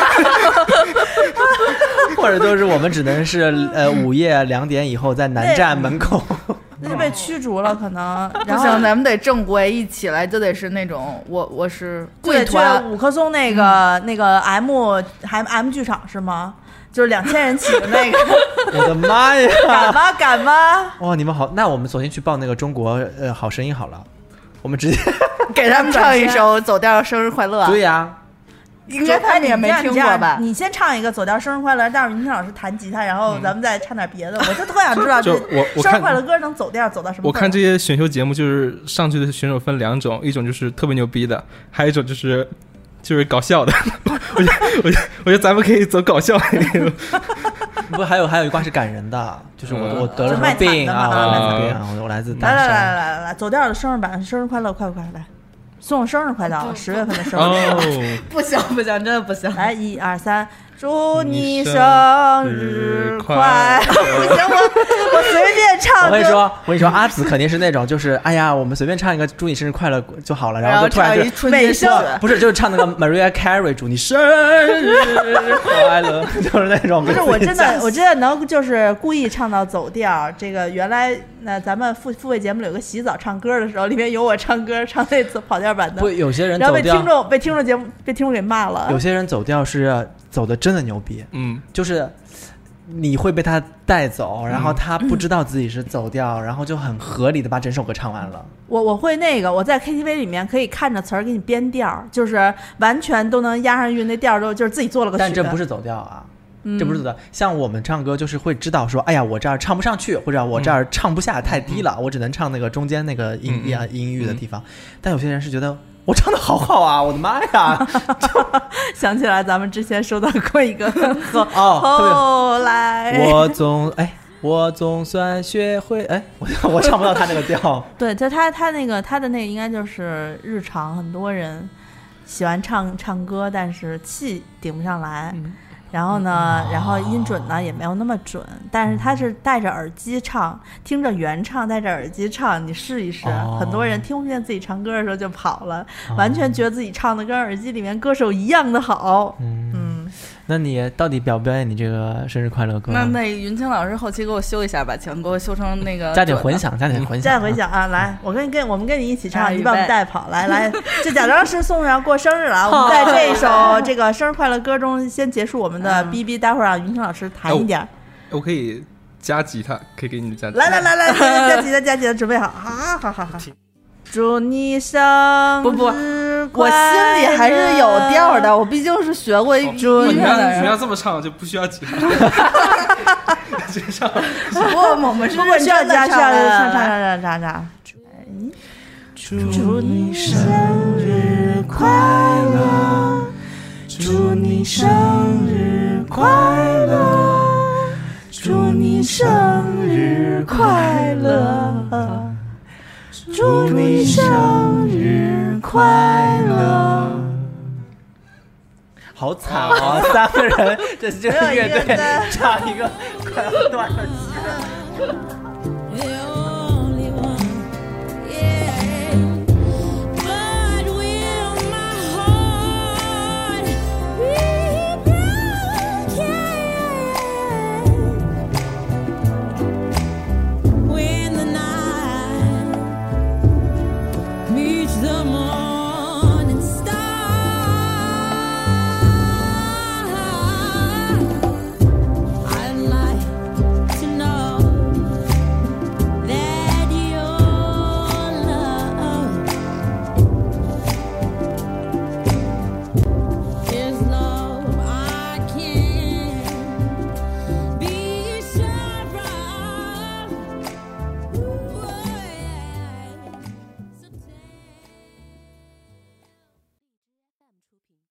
或者都是我们只能是呃午夜两点以后在南站门口， 那就被驱逐了可能。然后不行，咱们得正规，一起来就得是那种我我是贵对， 团， 五棵松那个、嗯、那个 M M M 剧场是吗？就是两千人起的那个。 我的妈呀！ 敢吗？敢吗？ 哇，你们好，那我们索性去报那个中国呃好声音好了，我们直接给他们唱一首《走调生日快乐》。 对呀、啊。 应该他们也没听过吧？ 你先唱一个《走调生日快乐》，待会儿云清老师弹吉他，然后咱们再唱点别的。嗯、我就特想知道， 这生日快乐歌能走调走到什么？ 我看这些选秀节目，就是上去的选手分两种，一种就是特别牛逼的，还有一种就是就是搞笑的。我觉得我觉得我觉得咱们可以走搞笑的。 不，还有还有一卦是感人的，就是我、嗯、我得了什么病啊？我得病啊！我来自大山。来来来来来，走调的生日版，生日快乐，快快来！送生日快到十月份的生日、 哦、 不行不行，真的不行！ 来，一二三，祝你生日快乐！不行，我我随便唱。 我跟你说，我跟你说，阿紫肯定是那种，就是哎呀，我们随便唱一个祝你生日快乐就好了，然后就突然就美声， 不是就是唱那个 Mariah Carey 祝你生日快乐，就是那种。 不是，我真的我真的能就是故意唱到走调。这个原来那咱们付付费节目里有个洗澡唱歌的时候，里面有我唱歌唱那次跑调版的。 不，有些人然后被走调听众被听众节目被听众给骂了。 有些人走调是走的真的牛逼， 嗯， 就是你会被他带走，然后他不知道自己是走调，嗯、然后就很合理的把整首歌唱完了。 我我会那个，我在 K T V 里面可以看着词儿给你编调，就是完全都能押上韵，那调都就是自己做了个曲。 但这不是走调啊。这不是的，像我们唱歌就是会知道说，哎呀，我这儿唱不上去，或者我这儿唱不下，太低了，嗯、我只能唱那个中间那个音音、嗯、音域的地方。嗯、但有些人是觉得我唱的好好啊，我的妈呀！ 想起来咱们之前收到过一个哦， 后来我总哎，我总算学会哎，我我唱不到他那个调。 对，他他他那个他的那个应该就是日常很多人喜欢唱唱歌，但是气顶不上来。嗯然后呢，然后音准呢也没有那么准，但是他是戴着耳机唱，听着原唱，戴着耳机唱，你试一试。哦、很多人听不见自己唱歌的时候就跑了，哦、完全觉得自己唱的跟耳机里面歌手一样的好。嗯，嗯那你到底表不表演你这个生日快乐歌？ 那那云清老师后期给我修一下吧，请给我修成那个加点混响，加点混响， 加点混响啊！来，我跟跟我们跟你一起唱，你把我们带跑，来来，就假装是宋上过生日了。我们在这一首这个生日快乐歌中先结束我们的 B B， 待会儿让云清老师弹一点。 哎、我, 我可以加吉他，可以给你们加吉他。来来来来，加吉他加吉他，准备好，好好好好。祝你生日不不，我心里还是有调的，我毕竟是学过音乐的。 你要你要这么唱就不需要吉他，直接唱。 不，我们是不需要加，需要唱唱唱唱唱。 祝你生日快乐，祝你生日快乐，祝你生日快乐。祝你生日快乐！ 好惨啊！三个人，这这个乐队唱一个快乐段的。